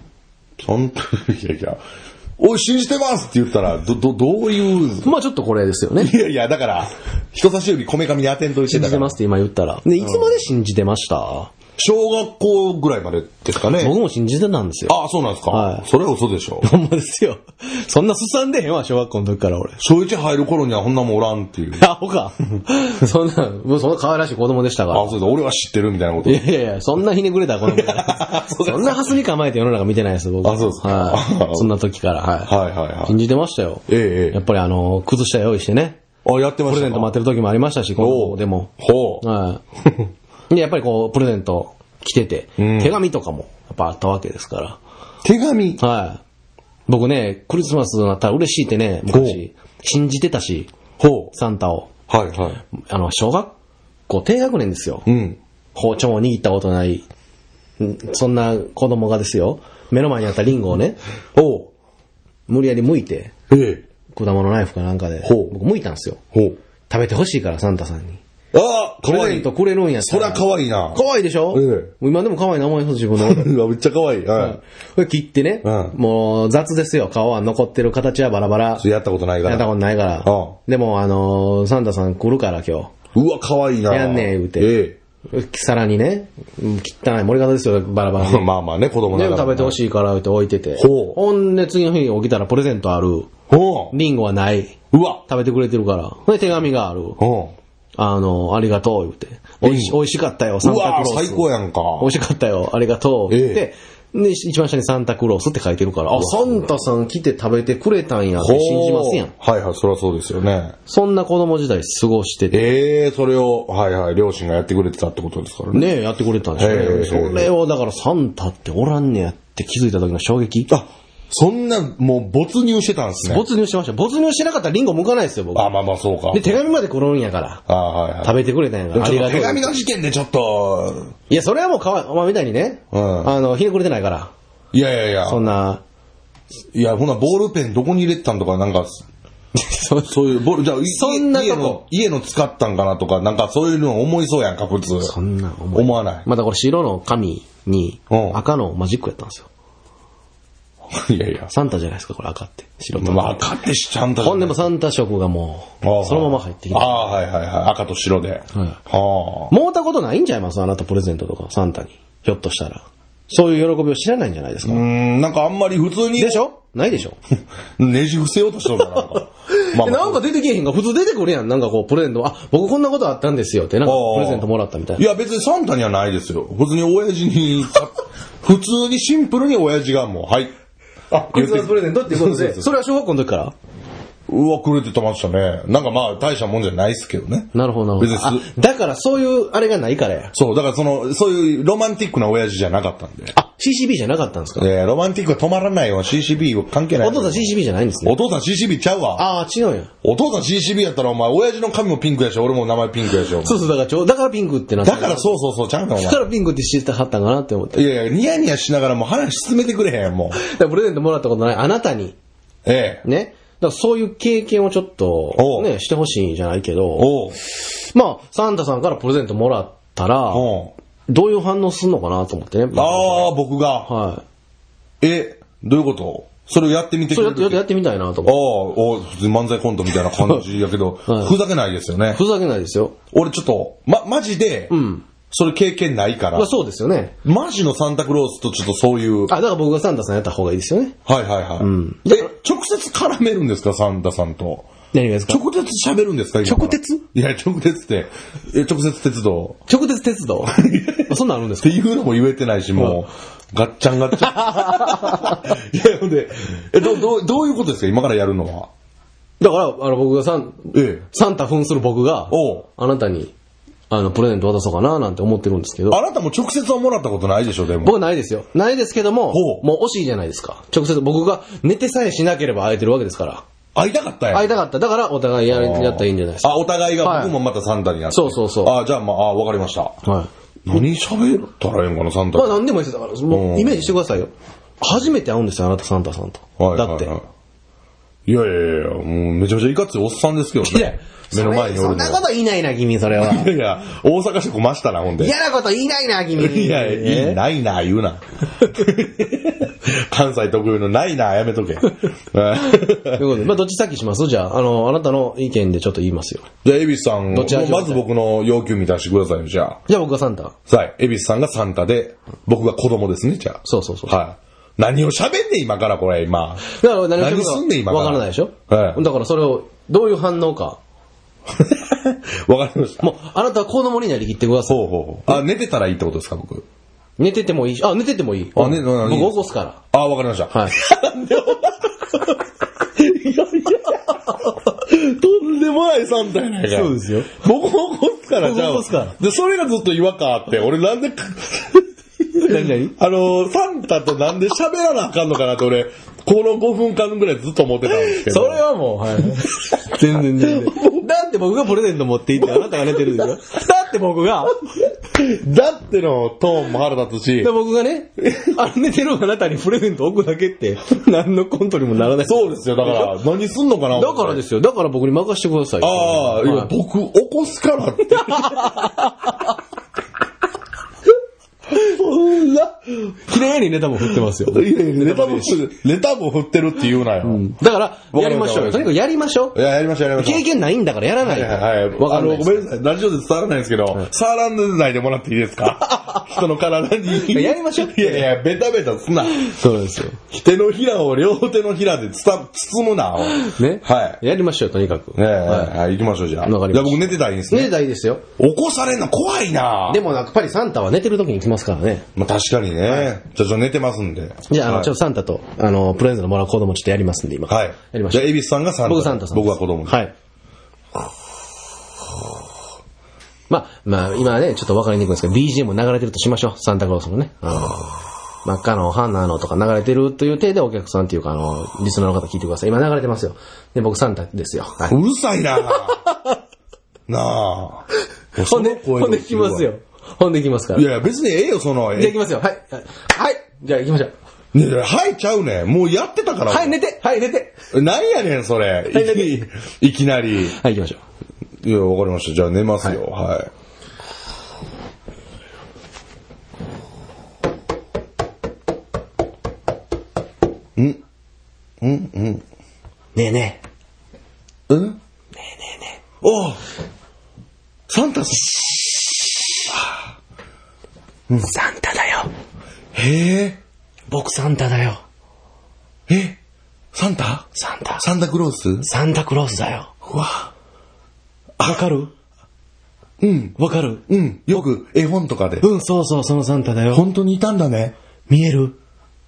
や、おい、信じてますって言ったら、どういう。 まあちょっとこれですよね。 いやいや、だから、人差し指こめかみにアテントしてたから。 信じてますって今言ったら。で、いつまで信じてました？ 小学校ぐらいまでですかね。 僕も信じてたんですよ。 あ、そうなんですか。はい。それは嘘でしょ。 ほんまですよ。そんなすさんでへんわ、小学校の時から俺。 小1入る頃にはこんなもんおらんっていう。 あ、ほか。そんな可愛らしい子供でしたから。 あ、そうだ、俺は知ってるみたいなこと。 いや、そんなひねくれた子供だ。そんなハスに構えて世の中見てないです、僕。 あ、そうですか。 はい。そんな時から、はい。信じてましたよ。やっぱり靴下用意してね。 あ、やってました。 プレゼント待ってる時もありましたし、このでも。はい。で、やっぱりこう、プレゼント来てて、手紙とかもやっぱあったわけですから。 手紙？ はい。僕ね、クリスマスになったら嬉しいってね、昔、信じてたし、サンタを。 はいはい。 小学校低学年ですよ。包丁を握ったことない、そんな子供がですよ、目の前にあったリンゴをね、無理やり剥いて、果物ナイフかなんかで、僕剥いたんですよ。食べてほしいからサンタさんに。 あ、 プレゼントくれるんやったら。そりゃ可愛いな。 可愛いでしょ？今でも可愛いな思います、自分の。 めっちゃ可愛い。はい。 これ切ってね、もう雑ですよ。皮は残ってる形はバラバラ。 やったことないから。 やったことないから。でもサンタさん来るから今日。 うわ、可愛いな。 やんねえ、言うて。さらにね、汚い盛り方ですよ、バラバラ。 まあまあね、子供ながら。 でも食べてほしいからって置いてて。ほんで次の日起きたらプレゼントある。リンゴはない。 うわ。 食べてくれてるから。で手紙がある。ありがとう、言うて。美味しかったよ、サンタクロース。 うわ、最高やんか。 美味しかったよ、ありがとう、言って。で、一番下にサンタクロースって書いてるから、サンタさん来て食べてくれたんやって信じますやん。 はいはい、そりゃそうですよね。 そんな子供時代過ごしてて。 それを、はいはい、両親がやってくれてたってことですからね。 ねえ、やってくれたんですよね。それを、だからサンタっておらんねやって気づいた時の衝撃。 そんな、もう没入してたんですね。 没入してました。没入してなかったらリンゴ剥かないですよ、僕。 まあそうか。 で、手紙まで来るんやから。 はいはい。 食べてくれたんやから。 ありがとう。手紙の時点でちょっと。 いや、それはもうお前みたいにね。ひねくれてないから。 いや。 そんな。 いや、ほな、ボールペンどこに入れてたんとか、なんか、そういう、じゃあ、 そんな家の使ったんかなとか、なんかそういうの思いそうやんか、普通。 そんな思わない。 またこれ白の紙に赤のマジックやったんですよ。 いや。 サンタじゃないですか、これ赤って。白と。 赤ってサンタじゃない。 ほんでもサンタ色がもう、そのまま入ってきて。 はい。赤と白で。 もうたことないんちゃいます？あなたプレゼントとか、サンタに。ひょっとしたら。そういう喜びを知らないんじゃないですか。 なんかあんまり普通に。 でしょ？ないでしょ？ ねじ伏せようとしとるからなんか出てけえへんが、普通出てくるやん。なんかこう、プレゼント、僕こんなことあったんですよって、なんかプレゼントもらったみたいな。 いや別にサンタにはないですよ。普通に親父に、普通にシンプルに親父がもう、はい。 クリスマスプレゼントっていうことで、それは小学校の時から？ くれてましたね。なんかまあ大したもんじゃないですけどね。 なるほど。だからそういうあれがないからや。 そう、だからそういうロマンティックな親父じゃなかったんで。 CCB じゃなかったんですか？ ロマンティックは止まらないよ。CCB は関係ない。 お父さん CCB じゃないんですね。 お父さん CCB ちゃうわ。 違うやん。 お父さん CCB やったらお前、親父の髪もピンクやし、俺も名前ピンクやし。 そう、だからピンクってなって。 だからそう、ちゃうかお前。 だからピンクって知ってはったんかなって思って。 いや、ニヤニヤしながらもう話進めてくれへん、もう。 だからプレゼントもらったことないあなたに。ね。だからそういう経験をちょっと、ね、してほしいんじゃないけど、まあ、サンタさんからプレゼントもらったら、どういう反応すんのかなと思ってね。 僕が。 はい。 どういうこと？それをやってみてくれる？ そうやってみたいなと思って。 普通に漫才コントみたいな感じやけど、ふざけないですよね。 ふざけないですよ。 俺ちょっと、マジで、 それ経験ないから。 まあそうですよね。 マジのサンタクロースとちょっとそういう。 だから僕がサンタさんやった方がいいですよね。 はいはいはい。うん。で、直接絡めるんですか、サンタさんと。 何がですか？ 直接喋るんですか？ 直鉄？いや、直鉄って、直接鉄道。 直鉄鉄道そんなんあるんですか？ っていうのも言えてないし、もう、ガッチャンガッチャン。いや、ほんで、どういうことですか、今からやるのは。 だから、僕がサンタ扮する僕が、あなたに、プレゼント渡そうかななんて思ってるんですけど。 あなたも直接はもらったことないでしょ、でも。 僕はないですよ。ないですけども、もう惜しいじゃないですか。直接僕が寝てさえしなければ会えてるわけですから。 会いたかったやん。 会いたかった。だからお互いやったらいいんじゃないですか。 お互いが僕もまたサンタになって。 そうそうそう。 じゃあわかりました。 はい。 何喋ったらええんかな、サンタ。 まあ何でもいいですよ。だから、もうイメージしてくださいよ。初めて会うんですよ、あなたサンタさんと。だって。 いや、もうめちゃめちゃいかついおっさんですけどね。 いや、 目の前におるの。 そんなこと言いないな、君、それは。 いや、大阪市こましたな、ほんで。 嫌なこと言いないな、君。 いや、いいないな、言うな。関西特有のないな、やめとけ。ということで、まあ、どっち先しますじゃあ、あなたの意見でちょっと言いますよ。 じゃあ、恵比寿さん、まず僕の要求満たしてくださいよ、じゃあ。 じゃあ僕がサンタ。 はい。恵比寿さんがサンタで、僕が子供ですね、じゃあ。 そうそうそう。 はい。何を喋んねん、今から、これ、今。 だから何すんねん、今から。 わからないでしょ？ はい。 だからそれを、どういう反応か。 わかりました。 もう、あなたは子供になりきってください。 ほう。寝てたらいいってことですか、僕。 寝ててもいいし、寝ててもいい。僕起こすから。 わかりました。 はい。 とんでもないサンタやないか。 そうですよ。 僕起こすから、じゃあ。 起こすから。 で、それがずっと違和感あって、俺なんで、 何サンタとなんで喋らなあかんのかなって俺、この5分間ぐらいずっと思ってたんですけど。 それはもう、はい。全然。だって僕がプレゼント持っていってあなたが寝てるでしょ。だって僕が。 だってのトーンも腹立つし。 で僕がね、寝てるあなたにプレゼント置くだけって、何のコントにもならない。 そうですよ。だから、何すんのかな。 だからですよ。だから僕に任せてください。 いや、僕起こすからって。そんな、 綺麗にネタも振ってますよ。 いやネタも振ってるって言うなよ。 だから、やりましょうよ。とにかくやりましょう。 いや、やりましょう。 経験ないんだからやらない。 はい。ごめんなさい。ラジオで伝わらないんですけど、触らないでもらっていいですか？人の体に。 やりましょう。 いや、ベタベタすな。 そうですよ。 手のひらを両手のひらで包むな。 ね。 はい。 やりましょう、とにかく。 はい。行きましょう、じゃあ。じゃあ僕寝てたらいいんですね。 寝てたらいいですよ。 起こされんの怖いな。 でもやっぱりサンタは寝てる時に来ますからね。 まあ確かにね。ちょっと寝てますんで。 じゃあ、ちょっとサンタと、プレゼントもらう子供ちょっとやりますんで、今。 はい。 やりましょう。 じゃあ、恵比寿さんがサンタ。 僕サンタさん。 僕は子供。 はい。まあ、今はね、ちょっと分かりにくいんですけど、BGM 流れてるとしましょう。サンタクロースのね。真っ赤の花のとか流れてるという体でお客さんっていうか、リスナーの方聞いてください。今流れてますよ。で、僕サンタですよ。はい、 うるさいななあ。 ほんで来ますよ。ほんで行きますから。 いや、別にええよ、その。 じゃあ行きますよ。はい。はい。じゃあ行きましょう。 ねえ、はいちゃうねん。もうやってたから。 はい、寝て。はい、寝て。 何やねん、それ。はい、いきなり。 はい、行きましょう。いや、わかりました。じゃあ寝ますよ。はい。ねえねえ。 ねえ。 おサンタさん。 サンタだよ。 へえ。 僕サンタだよ。 サンタサンタクロースサンタクロースだよ。 うわ。 わかる？ うん。 わかる？ うん。よく絵本とかで。 うん、そう、そのサンタだよ。 本当にいたんだね。 見える？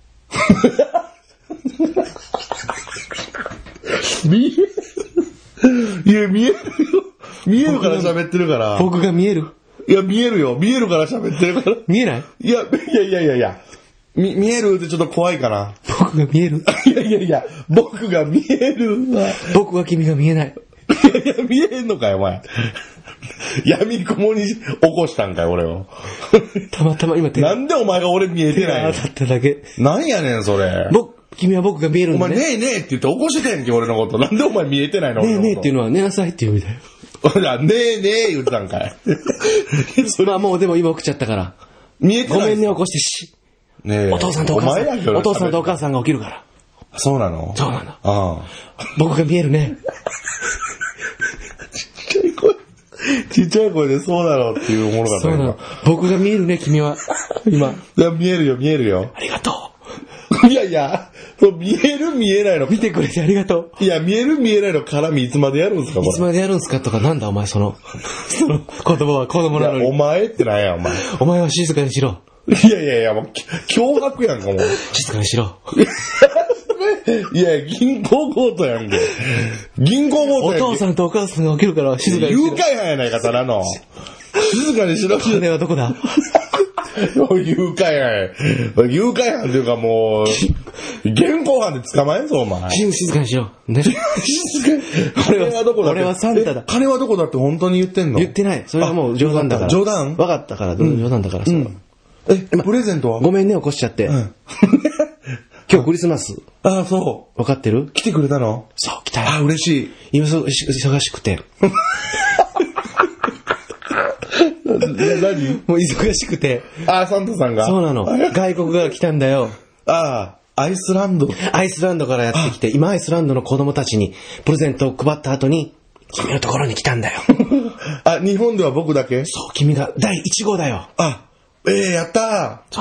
いや、見えるよ。見えるから喋ってるから。 僕が見える？ いや、見えるよ。見えるから喋ってるから。 見えない？ いや。見えるってちょっと怖いかな。 僕が見える？ いや、僕が見えるわ。 僕は君が見えない。 いや、見えんのかよ、お前。闇雲に起こしたんかよ、俺を。 たまたま今なんでお前が俺見えてないの？ 当たっただけ。 なんやねん、それ。 君は僕が見えるんだね。 お前、ねえねえって言って起こしてんけ、俺のこと。なんでお前見えてないの？ ねえねえっていうのは寝なさいっていう意味だよ。 ねえねえ言ってたんかい。 まあもうでも今起きちゃったから。 見えてない。 ごめんね、起こしてし。 ねえ。 お父さんとお母さんが起きるから。 そうなの？ そうなの。 ああ。 僕が見えるね。 ちっちゃい声。 ちっちゃい声でそうだろうっていうおもろかった。 そうなの。僕が見えるね、君は。今。 いや、見えるよ、見えるよ。 ありがといやいや、見える見えないの。 う。見てくれてありがとう。いや、見える見えないの絡みいつまでやるんですか、これ。 いつまでやるんすかとか、なんだお前その言葉は子供なのに。 お前ってなんや、お前。 お前は静かにしろ。 いやいやいや、もう、脅迫やんか、もう。 静かにしろ。 いや、銀行強盗やんけ。銀行強盗やんけ。 お父さんとお母さんが起きるから静かにしろ。 誘拐犯やないか、ただの。静かにしろ。 金はどこだ誘拐犯。誘拐犯っていうかもう、現行犯で捕まえんぞ、お前。 静かにしろ。ね。 金はどこだって。 俺はサンタだ。 金はどこだって本当に言ってんの？ 言ってない。それはもう冗談だから。 冗談？ 分かったから、冗談だからさ。 プレゼントは？ ごめんね、起こしちゃって。今日クリスマス。 ああ、そう。 分かってる？ 来てくれたの？ そう、来たよ。 あ、嬉しい。 今忙しくて。 何？ もう忙しくて。 あ、サンタさんが？ そうなの。外国が来たんだよ。 ああ、アイスランド。 アイスランドからやってきて、今アイスランドの子供たちにプレゼントを配った後に、君のところに来たんだよ。 あ、日本では僕だけ？ そう、君が第1号だよ。 あ、やったー。 そう。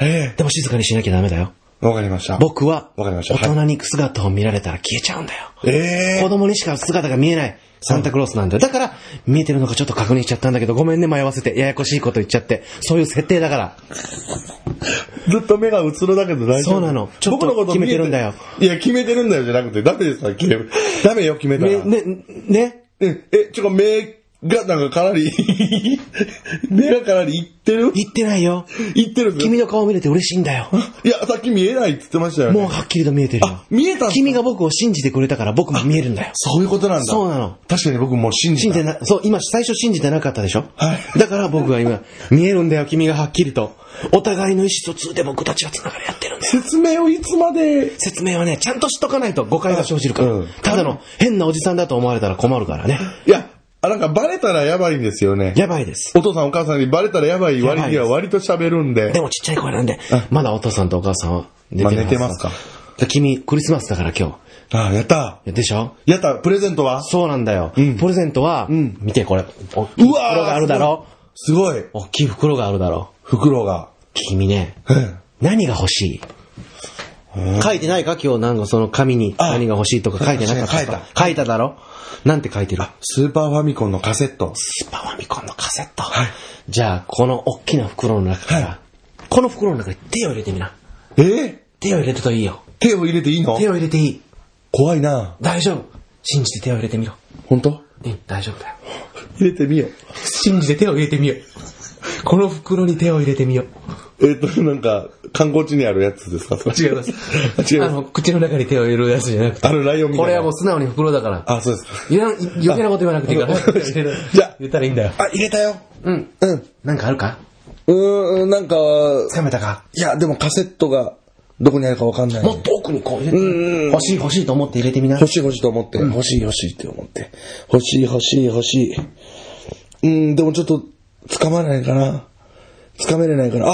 でも静かにしなきゃダメだよ。 わかりました。 僕は、 わかりました。 大人に姿を見られたら消えちゃうんだよ。子供にしか姿が見えないサンタクロースなんだよ。だから、見えてるのかちょっと確認しちゃったんだけど、ごめんね、迷わせて。ややこしいこと言っちゃって。そういう設定だから。 ずっと目が映るだけで大丈夫。 そうなの。ちょっと決めてるんだよ。 いや、決めてるんだよじゃなくて、ダメですから、ダメよ、決めたら。 ね。 目がなんかかなり、目がかなりいってる？ いってないよ。 いってる。 君の顔見れて嬉しいんだよ。 いや、さっき見えないって言ってましたよね。 もうはっきりと見えてるよ。 あ、見えた。 君が僕を信じてくれたから僕も見えるんだよ。 そういうことなんだ。 そうなの。 確かに僕もう信じてそう、今最初信じてなかったでしょ？ はい。 だから僕は今、見えるんだよ、君がはっきりと。お互いの意思疎通で僕たちは繋がり合ってるんだよ。 説明をいつまで？ 説明はね、ちゃんとしとかないと誤解が生じるから。ただの変なおじさんだと思われたら困るからね。 いや、なんかバレたらやばいんですよね。 やばいです。 お父さんお母さんにバレたらやばい割には割と喋るんで。 でもちっちゃい声なんで、まだお父さんとお母さんは寝てますか？じゃ君、クリスマスだから今日。 ああ、やった。 でしょ？ やった。プレゼントは？ そうなんだよ。プレゼントは、見てこれ。大きい袋があるだろ？ すごい。 大きい袋があるだろ？ 袋が。 君ね、何が欲しい？書いてないか今日なんかその紙に何が欲しいとか書いてなかったか？書いただろ？なんて書いてる？ スーパーファミコンのカセット。 スーパーファミコンのカセット。はい。じゃあ、この大きな袋の中から、この袋の中に手を入れてみな。手を入れてといいよ。 手を入れていいの？ 手を入れていい。 怖いな。 大丈夫。信じて手を入れてみろ。 本当？ 大丈夫だよ。 入れてみよう。 信じて手を入れてみよう。この袋に手を入れてみよう。 なんか、観光地にあるやつですか？ 違います。違います。口の中に手を入れるやつじゃなくて。 ライオンみたいな。 これはもう素直に袋だから。 あ、そうです。 余計なこと言わなくていいから。 じゃあ、 言ったらいいんだよ。 あ、入れたよ。 なんかあるか？ なんか、 つかめたか？ いや、でもカセットが、どこにあるかわかんない。 もっと奥にこう入れて。欲しいと思って入れてみな。 欲しいと思って。欲しいって思って。欲しい。でもちょっと、つかめれないかな。つかめ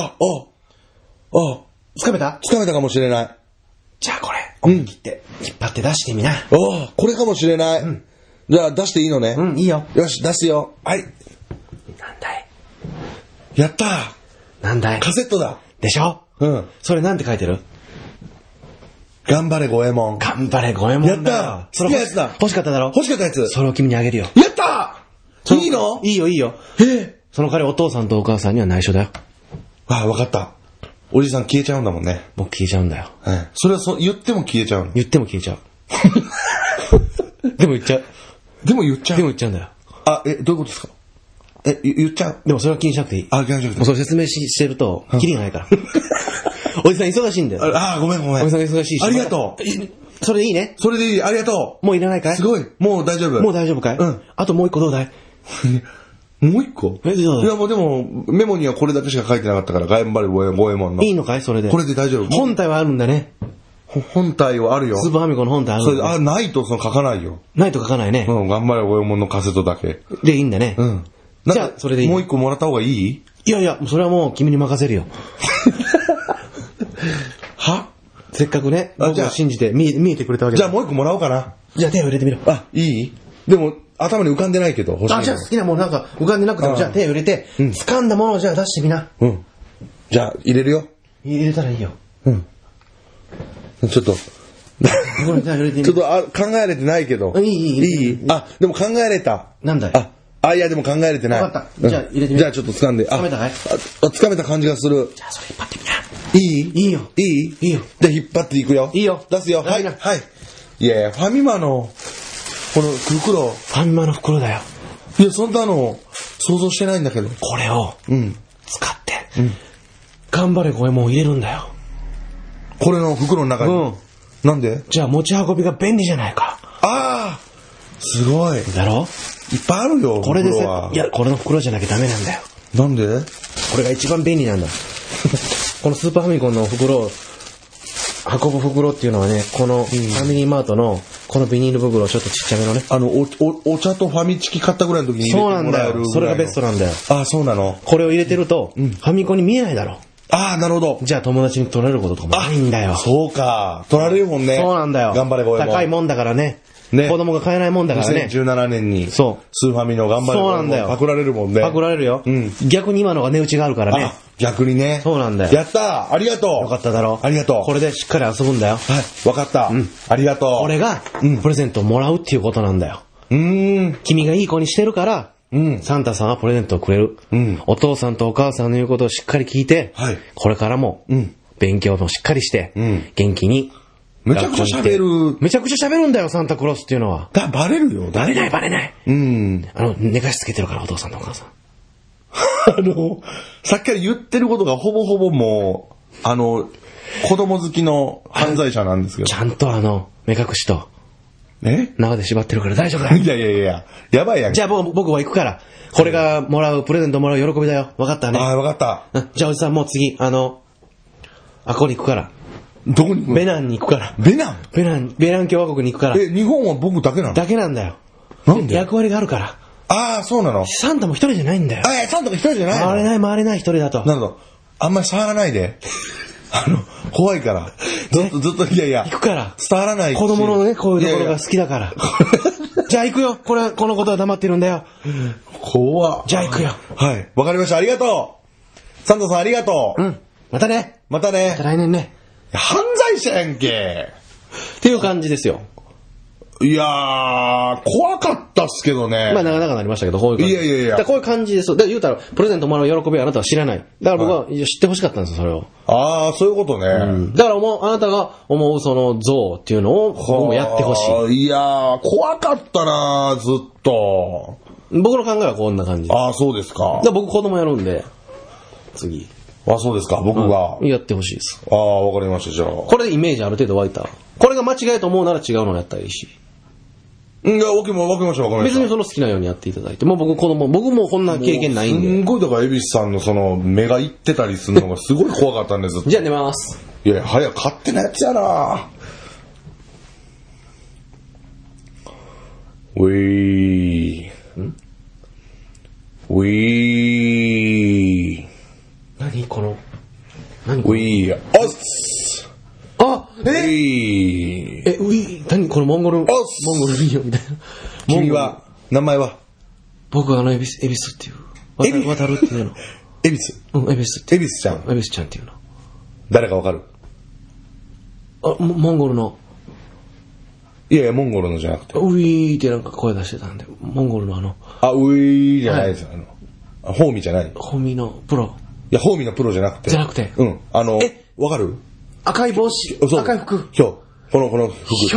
たかもしれない。 じゃあこれ、思い切って引っ張って出してみな。 これかもしれない。じゃあ出していいのね。 いいよ。 よし、出すよ。はい。 なんだい？ やったー。 なんだい？ カセットだ。 でしょ？それなんて書いてる？ 頑張れ五右衛門。 頑張れ五右衛門だ。 やったー。 それ欲しかっただろ？ 欲しかったやつ。 それを君にあげるよ。 やったー。いいの？ いいよ。その代わりお父さんとお母さんには内緒だよ。 ああ、わかった。おじさん消えちゃうんだもんね。 僕消えちゃうんだよ。 それは言っても消えちゃうの？ 言っても消えちゃう。でも言っちゃう。 でも言っちゃうんだよ。 あ、 どういうことですか？言っちゃう。 でもそれは気にしなくていい。 気にしなくていい。 もうそれ説明してると、キリがないから。おじさん忙しいんだよ。 ごめん。 おじさん忙しいし。 ありがとう。それでいいね。 それでいい。ありがとう。もういらないかい？ すごい。もう大丈夫。 もう大丈夫かい？あともう一個どうだい？ もう一個？いやもうでも、メモにはこれだけしか書いてなかったから、頑張れ五右衛門の。 いいのかい？それで。 これで大丈夫。 本体はあるんだね。 本体はあるよ。 スーパーファミコンの本体あるんだ。 ないと書かないよ。 ないと書かないね。 頑張れ五右衛門のカセットだけ。 でいいんだね。じゃあ、それでいい。 もう一個もらった方がいい？ いや、それはもう君に任せるよ。 は？ せっかくね、僕を信じて見えてくれたわけだ。 じゃあもう一個もらおうかな。 じゃあ手を入れてみろ。 いい？でも、 頭に浮かんでないけど、欲しい。 じゃあ好きなものなんか浮かんでなくても、じゃあ手を入れて、掴んだものをじゃあ出してみな。 じゃあ、入れるよ。 入れたらいいよ。 ちょっと。 ちょっと考えれてないけど。 いいでも考えれた。 なんだい？ いやでも考えれてない。 わかった。じゃあ入れてみじゃあちょっと掴んで。 掴めたかい？ 掴めた感じがする。 じゃあそれ引っ張ってみな。いいよ。 いいよ。じゃあ引っ張っていくよ。 いいよ。 出すよ。はい。いや、ファミマの、この袋。 ファミマの袋だよ。 いや、そんなの、想像してないんだけど。 これを、使って、頑張れこれもう入れるんだよ。 これの袋の中に。なんで？ じゃあ持ち運びが便利じゃないか。 すごい。 だろ？ いっぱいあるよ。 これでいや、これの袋じゃなきゃダメなんだよ。 なんで？ これが一番便利なんだ。このスーパーファミコンの袋を、運ぶ袋っていうのはね、このファミリーマートの、このビニール袋ちょっとちっちゃめのね。 お茶とファミチキ買ったぐらいの時に入れてもらえる。そうなんだよ。それがベストなんだよ。 そうなの。 これを入れてると、ファミコンに見えないだろ。 なるほど。 じゃあ友達に取られることとかもないんだよ。 そうか。取られるもんね。 そうなんだよ。 頑張れこれも。 高いもんだからね。子供が買えないもんだからね。 2017年に。スーファミの頑張れそうなんだよ。 パクられるもんね。 パクられるよ。逆に今のが値打ちがあるからね。 逆にね。 そうなんだよ。 やったー。ありがとう。 よかっただろ。 ありがとう。 これでしっかり遊ぶんだよ。 はい。わかった。ありがとう。 これが、プレゼントをもらうっていうことなんだよ。君がいい子にしてるから、サンタさんはプレゼントをくれる。お父さんとお母さんの言うことをしっかり聞いて、これからも、勉強もしっかりして、元気に、 めちゃくちゃ喋る。 めちゃくちゃ喋るんだよ、サンタクロースっていうのは。 バレるよ。 バレない。寝かしつけてるから、お父さんとお母さん。 さっきから言ってることがほぼほぼもう、子供好きの犯罪者なんですけど。 ちゃんと目隠しと、縄で縛ってるから大丈夫だ。 いや、やばいやん。 じゃあ僕は行くから、これがプレゼントもらう喜びだよ。わかったね。 わかった。 じゃあおじさんもう次、ここに行くから。 どこに行く？ ベナンに行くから。 ベナン共和国に行くから。 日本は僕だけなの？ だけなんだよ。 なんで？ 役割があるから。 そうなの？ サンタも一人じゃないんだよ。 サンタも一人じゃないの？ 回れない一人だと。 なるほど。あんまり触らないで。怖いから。ずっと、いや。 行くから。 伝わらない。 子供のね、こういうところが好きだから。じゃあ行くよ。このことは黙ってるんだよ。 怖っ。 じゃあ行くよ。 はい。わかりました。ありがとう。サンタさんありがとう。 またね。 また来年ね。 犯罪者やんけ。 っていう感じですよ。 いやー、怖かったっすけどね。 長々なりましたけど、こういう感じ。 いや。 こういう感じです。言うたら、プレゼントもらう喜びはあなたは知らない。だから僕は知ってほしかったんですよ、それを。 そういうことね。 だからあなたが思うその像っていうのを、僕もやってほしい。 いやー、怖かったなずっと。 僕の考えはこんな感じ。 そうですか。 僕子供やるんで、次。 そうですか、僕が。 やってほしいです。 わかりました、じゃあ。 これでイメージある程度湧いた。これが間違いと思うなら違うのをやったらいいし。 わかりました。 別にその好きなようにやっていただいて。僕もこんな経験ないんで。 すんごい、だから、恵比寿さんのその、目がいってたりするのがすごい怖かったんです。 じゃあ寝ます。 いや、早く勝手なやつやな何この。 何これ。 何このモンゴルビデオみたいな。 君は、名前は？ 僕は恵比寿っていう。渡るっていうの。 恵比寿？ 恵比寿って。 恵比寿ちゃん。 恵比寿ちゃんっていうの。 誰かわかる？ モンゴルの。 いや、モンゴルのじゃなくて。 ウィーってなんか声出してたんで、モンゴルのウィーじゃないですよ。ホーミーじゃない。 ホーミーのプロ。 いや、ホーミーのプロじゃなくて。わかる？ 赤い帽子、赤い服。 この服。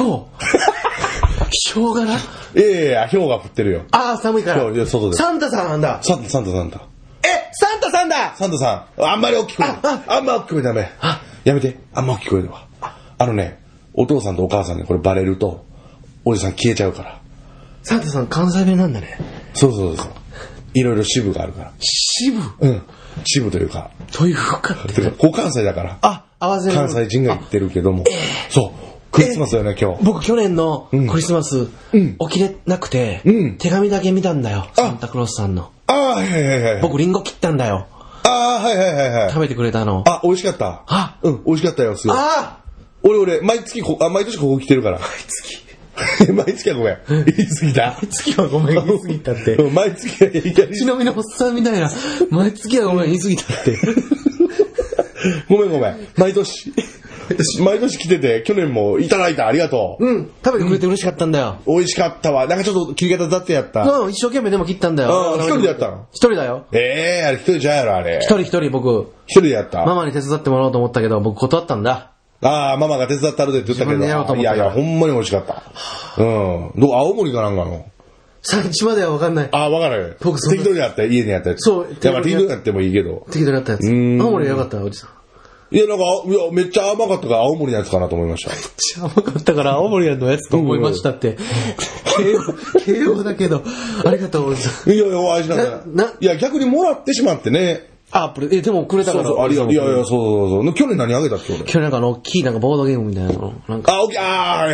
氷がな。 いや、氷が降ってるよ。 寒いから。 外で。 サンタさんなんだ。 サンタ。 サンタさんだ。 サンタさん。あんまり大きくあんま大きくダメ。やめて。あんま大きく声では。お父さんとお母さんにこれバレると、おじさん消えちゃうから。 サンタさん関西弁なんだね。 そうです。いろいろ支部があるから。 支部？ 支部というか。 どういうふうかって。 関西だから。 合わせる。 関西人が言ってるけども。そう。クリスマスよね、今日。 僕去年のクリスマス、起きれなくて、手紙だけ見たんだよ。サンタクロースさんの。僕リンゴ切ったんだよ。食べてくれたの。 美味しかった。美味しかったよ、すごい。俺、毎年ここ来てるから。 毎月はごめん。言い過ぎた。 毎月はごめん言い過ぎたって。 毎月は言い過ぎた。 ちなみにおっさんみたいな、毎月はごめん言い過ぎたって。 ごめん。毎年来てて、去年もいただいた。ありがとう。 うん。食べてくれて嬉しかったんだよ。 美味しかったわ。なんかちょっと切り方雑やった。 うん、一生懸命でも切ったんだよ。 一人でやったの？ 一人だよ。 あれ一人じゃやろ、あれ。 一人僕。 一人でやった。 ママに手伝ってもらおうと思ったけど、僕断ったんだ。 ママが手伝ったるでって言ったけど。いや、ほんまに美味しかった。青森かなんかの。 産地までは分かんない。 分からない。適当にやった、家にやったやつ。 そう。 適当にやってもいいけど。 適当にやったやつ。青森はよかったよ、おじさん。 いや、めっちゃ甘かったから青森のやつかなと思いました。 めっちゃ甘かったから青森のやつと思いましたって。慶応だけど、ありがとう、おじさん。 いや、お会いしながら。いや、逆にもらってしまってね。 でもくれたから。 そう、いや、そう。去年何あげたっけ、俺。 去年大きいボードゲームみたいなの。 はい。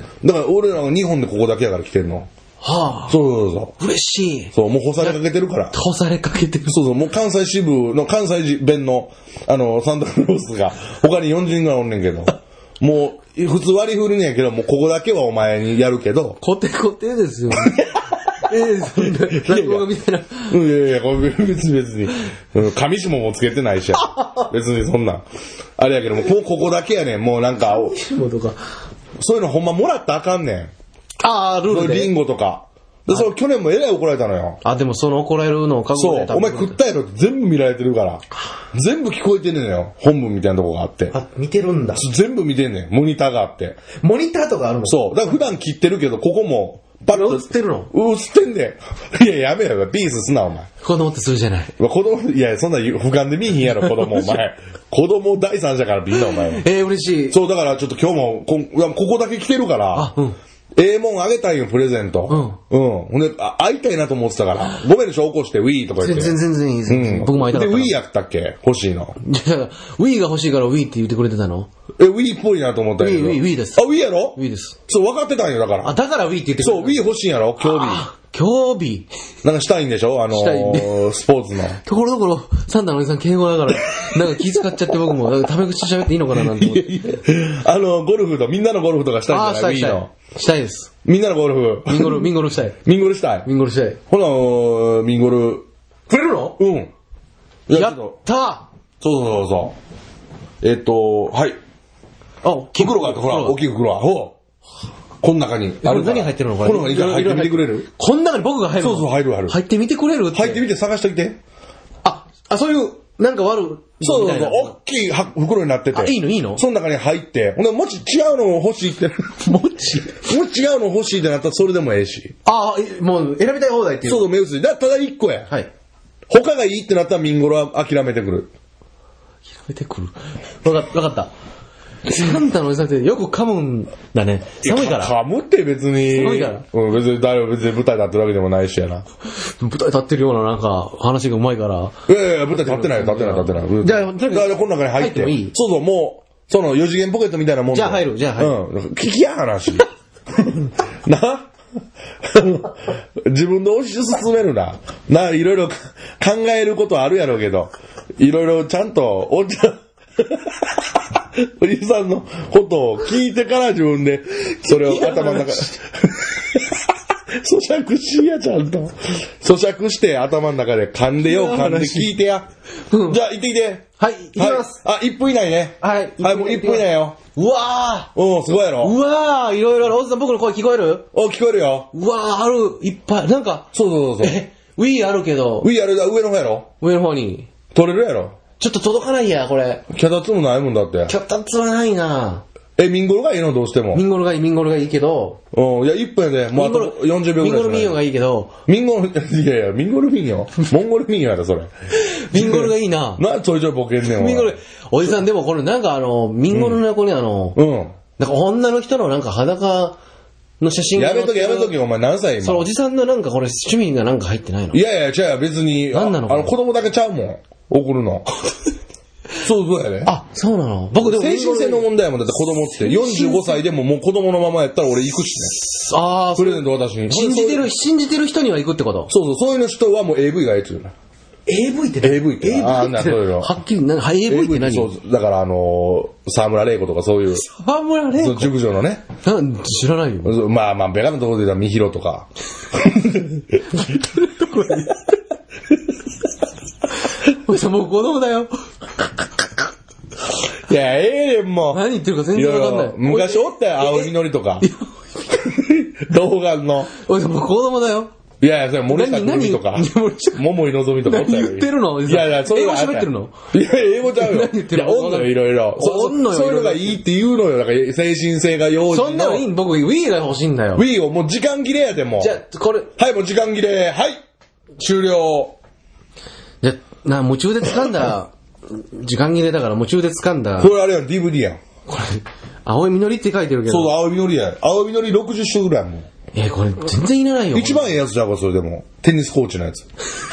だから俺らが日本でここだけやから来てんの。 はあ。 そう。 嬉しい。 そう、もう干されかけてるから。 干されかけてる。 そう、もう関西支部の関西弁の、サンタクロースが、他に40人ぐらいおんねんけど、もう、普通割り振るんやけど、もうここだけはお前にやるけど。 固定ですよ。そんな、落語みたいな。 いや、別に。上下もつけてないし。別にそんな。あれやけども、ここだけやねん、もうなんか。そういうのほんまもらったらあかんねん。 ルールで。 リンゴとか。で、去年もえらい怒られたのよ。 でもその怒られるのを覚悟で。 そう、お前食ったやろって全部見られてるから。全部聞こえてんねんよ。本文みたいなとこがあって。 見てるんだ。 全部見てんねん。モニターがあって。 モニターとかあるの？ そう。だから普段切ってるけど、ここも、 パッと。映ってるの？ 映ってんねん。いや、やめよ。ピースすな、お前。 子供ってするじゃない。 いや、そんな俯瞰で見えへんやろ、子供、お前。子供第三者から見んな、お前。 嬉しい。 そう、だからちょっと今日も、ここだけ来てるから。もんあげたいよ、プレゼント。ほんで、会いたいなと思ってたから。ごめんでしょ、起こして、ウィーとか言って。 全然いいです。僕も会いたかった。 で、ウィーやったっけ？欲しいの。 いや、ウィーが欲しいからウィーって言ってくれてたの？ ウィーっぽいなと思ったけど。 ウィーです。 ウィーやろ？ ウィーです。 そう、分かってたんよ、だから。 だからウィーって言ってくれた。 そう、ウィー欲しいんやろ？競技。 競技なんかしたいんでしょ？ したいスポーツの。 ところどころ、サンタのおじさん敬語だから、なんか気遣っちゃって僕も、タメ口喋っていいのかななんて思って。 ゴルフと、みんなのゴルフとかしたいんじゃない？ したいです。 みんなのゴルフ。 ミンゴルしたい。 ミンゴルしたい。ほな、ミンゴル。 くれるの？ うん。 やったそう。はい。袋があった、ほら、大きい袋は。この中にある。 何入ってるのこれ。 この中に入ってみてくれる？ この中に僕が入るの？ そう、入る。 入ってみてくれる？ 入ってみて探してきて。 そういう、なんか割る。 そう、大きい袋になってて。 いいの？ その中に入って、ほんで、もし違うの欲しいって。もし違うの欲しいってなったらそれでもええし。 もう選びたい放題っていう。 そう、目移り。ただ1個や。 はい。 他がいいってなったらミンゴロは諦めてくる。 わかった。サンタのおじさんってよく噛むんだね。寒いから。 噛むって別に。 寒いから。 別に舞台立ってるわけでもないしやな。 舞台立ってるようななんか話がうまいから。 いや、舞台立ってない。じゃあ、この中に入ってもいい？そう、もう、その4次元ポケットみたいなもんで。 じゃあ入る。 聞きや話。な自分の推し進めるな。いろいろ考えることあるやろうけど、いろいろちゃんと、おじさんのことを聞いてから自分で、それを頭の中、咀嚼しや、ちゃんと。咀嚼して頭の中で噛んで聞いてや。じゃあ、行ってきて。 はい、行きます。 1分以内ね。 はい、 もう1分以内よ。 うわすごいやろ。 いろいろある。おじさん、僕の声聞こえる？ 聞こえるよ。 ある、いっぱい。なんか。 そう。 ウィーあるけど。 ウィーある、上の方やろ？ 上の方に。 取れるやろ？ ちょっと届かないや、これ。 脚立もないもんだって。 脚立はないな。 ミンゴルがいいの？どうしても。 ミンゴルがいいけど。 いや、1分やで。もうあと40秒ぐらい。 ミンゴルミーヨがいいけど。 ミンゴルミーヨモンゴルミーヨやろ、それ。 ミンゴルがいいな。 ちょいちょいボケんねん。 ミンゴル、おじさんでもこれなんかミンゴルの横になんか女の人のなんか裸の写真が。 やめとけ、お前何歳今。 それおじさんのなんかこれ趣味がなんか入ってないの？ いや、違う、別に。 何なの？ 子供だけちゃうもん。送るの。そうやね。 そうなの？僕でも精神性の問題やもん。だって子供って45歳でももう子供のままやったら俺行くしね。プレゼント私に。 信じてる人には行くってこと？ そういうの人はもう AV がええっていうな。 AV って AV って。 はっきり、AV って何？ そう、だから沢村玲子とかそういう。 沢村玲子？ 熟女のね。 知らないよ。 まあ、ベガのところで言ったら、みひろとか。 もう子供だよ。 いや、もう。 何言ってるか全然わかんない。 昔おったよ、青みのりとか。動画の。 俺もう子供だよ。 いや、それ森下久美とか。桃井のぞみとか。 何言ってるの？ いや、それは。 英語喋ってるの？ いや、英語ちゃうよ。 何言ってるの？ おんのよ、いろいろ。そういうのがいいって言うのよ。だから精神性が幼児の。 そんなのいい？僕、Wii が欲しいんだよ。 Wii をもう時間切れやでも。 じゃあ、これ。 はい、もう時間切れ。はい。終了。 じゃあ、夢中で掴んだ、時間切れだから夢中で掴んだ。 これあれやん、DVD やん。 これ、青い実りって書いてるけど。 そう、青い実りやん。青い実り60種ぐらいもん。 これ全然いらないよ。 一番ええやつじゃんか、それでも。テニスコーチのやつ。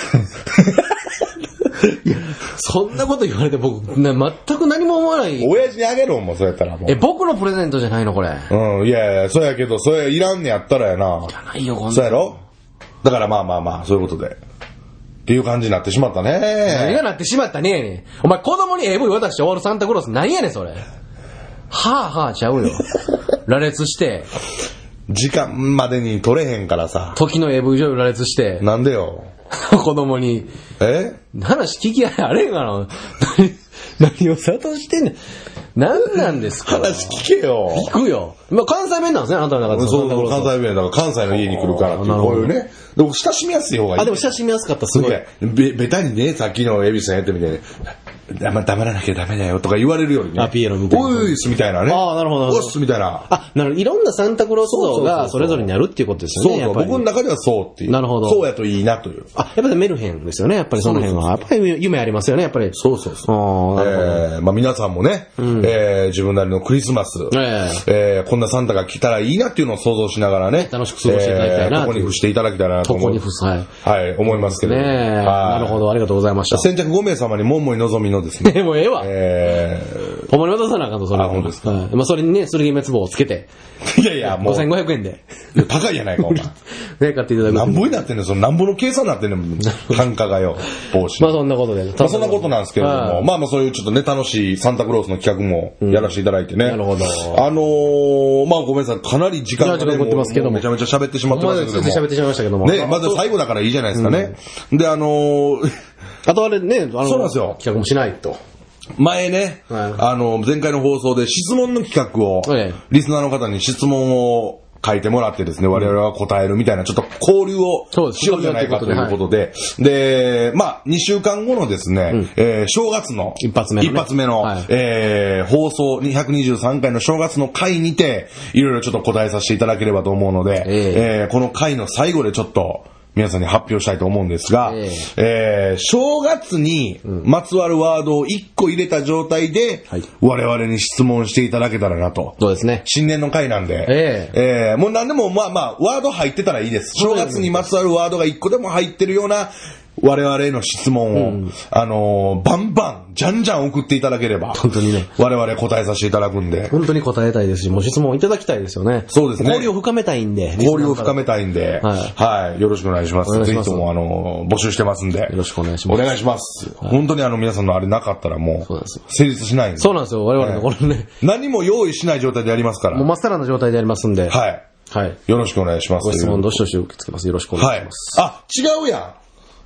いや、そんなこと言われて僕、全く何も思わない。 親父にあげろ、もう、そうやったらもう。 僕のプレゼントじゃないの、これ。 うん、いや、そうやけど、それいらんねやったらやな。 いらないよ、こんな。 そうやろ？だからまあ、そういうことで。っていう感じになってしまったね。 何がなってしまったね。お前子供にAV渡して終わるサンタクロース何やねん、それ。はぁちゃうよ。羅列して。 時間までに取れへんからさ。 時の AV 上羅列して。 なんでよ。 子供に。話聞きあれかな。何を諭してんねん。何なんですか？ 話聞けよ。 聞くよ。関西弁なんですね、あなたの中で。 そう、関西弁だから関西の家に来るからっていう、こういうね。でも親しみやすい方がいい。 でも親しみやすかった、すごい。 ベタにね、さっきのエビさんやってみて、黙らなきゃダメだよとか言われるようにね。 ピエロみたいな。 おいっすみたいなね。 なるほど。 おっすみたいな。 なるほど。いろんなサンタクロース像がそれぞれにあるっていうことですよね。 そう、僕の中ではそうっていう。 なるほど。 そうやといいなという。 やっぱりメルヘンですよね。やっぱりその辺は。やっぱり夢ありますよね、やっぱり。 そう。まあ皆さんもね、自分なりのクリスマス、こんなサンタが来たらいいなっていうのを想像しながらね。 楽しく過ごしていただきたいな。 ここに付していただきたいなと思う。はい、思いますけど。 なるほど、ありがとうございました。 先着5名様に桃井のぞみのですね。 もうええわ。ほんまに渡さなあかんと、それは。 本当ですか。 まあそれにね、剣滅棒をつけて。 いや、もう。 5500円で。 高いやないか、お前。 ね、買っていただく。 なんぼになってんねん、そのなんぼの計算になってんねん、単価がよ、帽子。 まあそんなことで。 まあそんなことなんですけれども、まあそういうちょっとね、楽しいサンタクロースの企画もやらせていただいてね。 なるほど。 まあごめんなさい、かなり時間がね、 残ってますけども。 めちゃめちゃ喋ってしまってますけども。 喋ってしまいましたけども。 ね、まず最後だからいいじゃないですかね。で、 あとあれね、 そうなんですよ。 企画もしないと。 前ね、前回の放送で質問の企画を、リスナーの方に質問を書いてもらってですね、我々は答えるみたいな、ちょっと交流をしようじゃないかということで、で、まあ、2週間後のですね、正月の、一発目の、放送223回の正月の回にて、いろいろちょっと答えさせていただければと思うので、この回の最後でちょっと、皆さんに発表したいと思うんですが、正月にまつわるワードを1個入れた状態で、我々に質問していただけたらなと。 そうですね。 新年の回なんで、もう何でもまあワード入ってたらいいです。正月にまつわるワードが1個でも入ってるような我々への質問を、バンバン、じゃんじゃん送っていただければ、 本当にね、 我々答えさせていただくんで。 本当に答えたいですし、もう質問いただきたいですよね。 そうですね。 交流を深めたいんで。 交流を深めたいんで、はい。よろしくお願いします。ぜひとも、募集してますんで。よろしくお願いします。 お願いします。本当に皆さんのあれなかったらもう、成立しないんで。 そうなんですよ。我々のこれね。 何も用意しない状態でやりますから。 もうまっさらな状態でやりますんで。 はい。はい。よろしくお願いします。 ご質問どしどし受け付けます。よろしくお願いします。 はい。違うやん。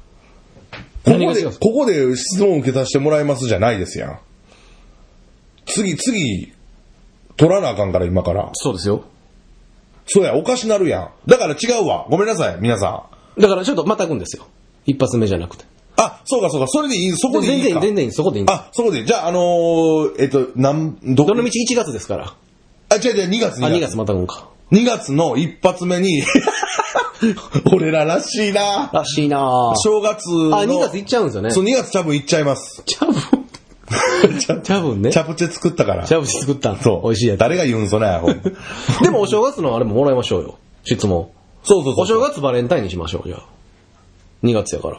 ここで質問を受けさせてもらいますじゃないですやん。次、取らなあかんから今から。 そうですよ。 そうや、おかしなるやん。だから違うわ。ごめんなさい、皆さん。だからちょっとまたくんですよ。一発目じゃなくて。 そうか。それでいい、そこでいいか。 全然いい、そこでいい。 そこで。じゃあ、どの道 1月ですから。 違う、2月。 2月またくんか。 2月の一発目に、俺ららしいな。正月の。 2月行っちゃうんですよね。 そう、2月多分行っちゃいます。 多分ね。 チャプチェ作ったから。 チャプチェ作ったん。 そう。 美味しいやつ。 誰が言うんそな、 でもお正月のあれももらいましょうよ。質問。 そう。 お正月バレンタインにしましょう、じゃあ。2月やから。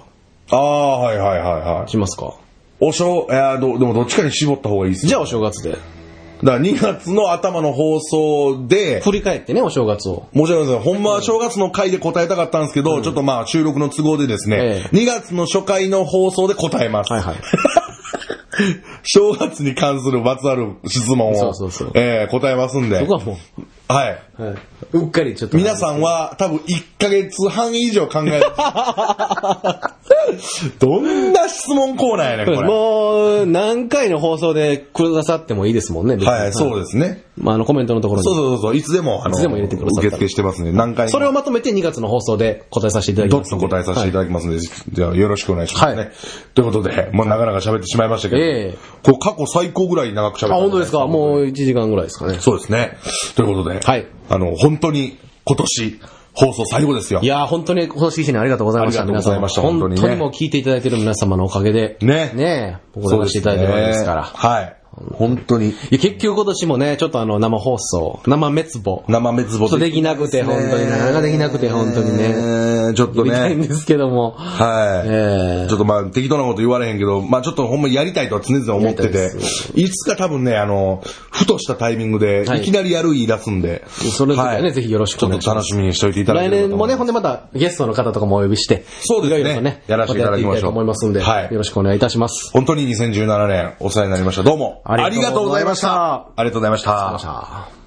はい。 しますか。 でもどっちかに絞った方がいいっす。 じゃあお正月で。 だから2月の頭の放送で、 振り返ってね、お正月を。 もちろんです。ほんまは正月の回で答えたかったんですけど、ちょっとまあ収録の都合でですね、2月の初回の放送で答えます。はいはい。正月に関するまつわる質問を答えますんで。 そこはもう。 はい。 うっかりちょっと。 皆さんは多分1ヶ月半以上考えどんな質問コーナーやねん、これ。 もう、何回の放送でくださってもいいですもんね。 はい、そうですね。 まあ、コメントのところに。 そう。いつでも、 入れてくださ受付してますんで、何回も。 それをまとめて2月の放送で答えさせていただきます。 どっと答えさせていただきますので、じゃあよろしくお願いしますね。はい。ということで、もうなかなか喋ってしまいましたけど、こう過去最高ぐらい長く喋って。 あ、本当ですか。もう1時間ぐらいですかね。 そうですね。ということで、はい。本当に今年、放送最後ですよ。 いやー、本当に今年1年ありがとうございました。 ありがとうございました。 本当にもう聞いていただいている皆様のおかげで。ね。お答えしていただいてるわけですから。 はい。本当に。 結局今年もね、ちょっと生放送、生滅亡。できなくて、本当になかなかできなくて、本当にね。 ちょっとね。 やりたいんですけども。 はい。ちょっとまあ、適当なこと言われへんけど、まあちょっとほんまやりたいとは常々思ってて、いつか多分ね、ふとしたタイミングで、いきなりやる言い出すんで。 それぞれね、ぜひよろしくお願いします。 ちょっと楽しみにしておいていただければ。 来年もね、ほんでまたゲストの方とかもお呼びして。 そうですね。やらせていただきましょう。 と思いますんで、よろしくお願いいたします。 本当に2017年お世話になりました。どうも。 ありがとうございました。 ありがとうございました。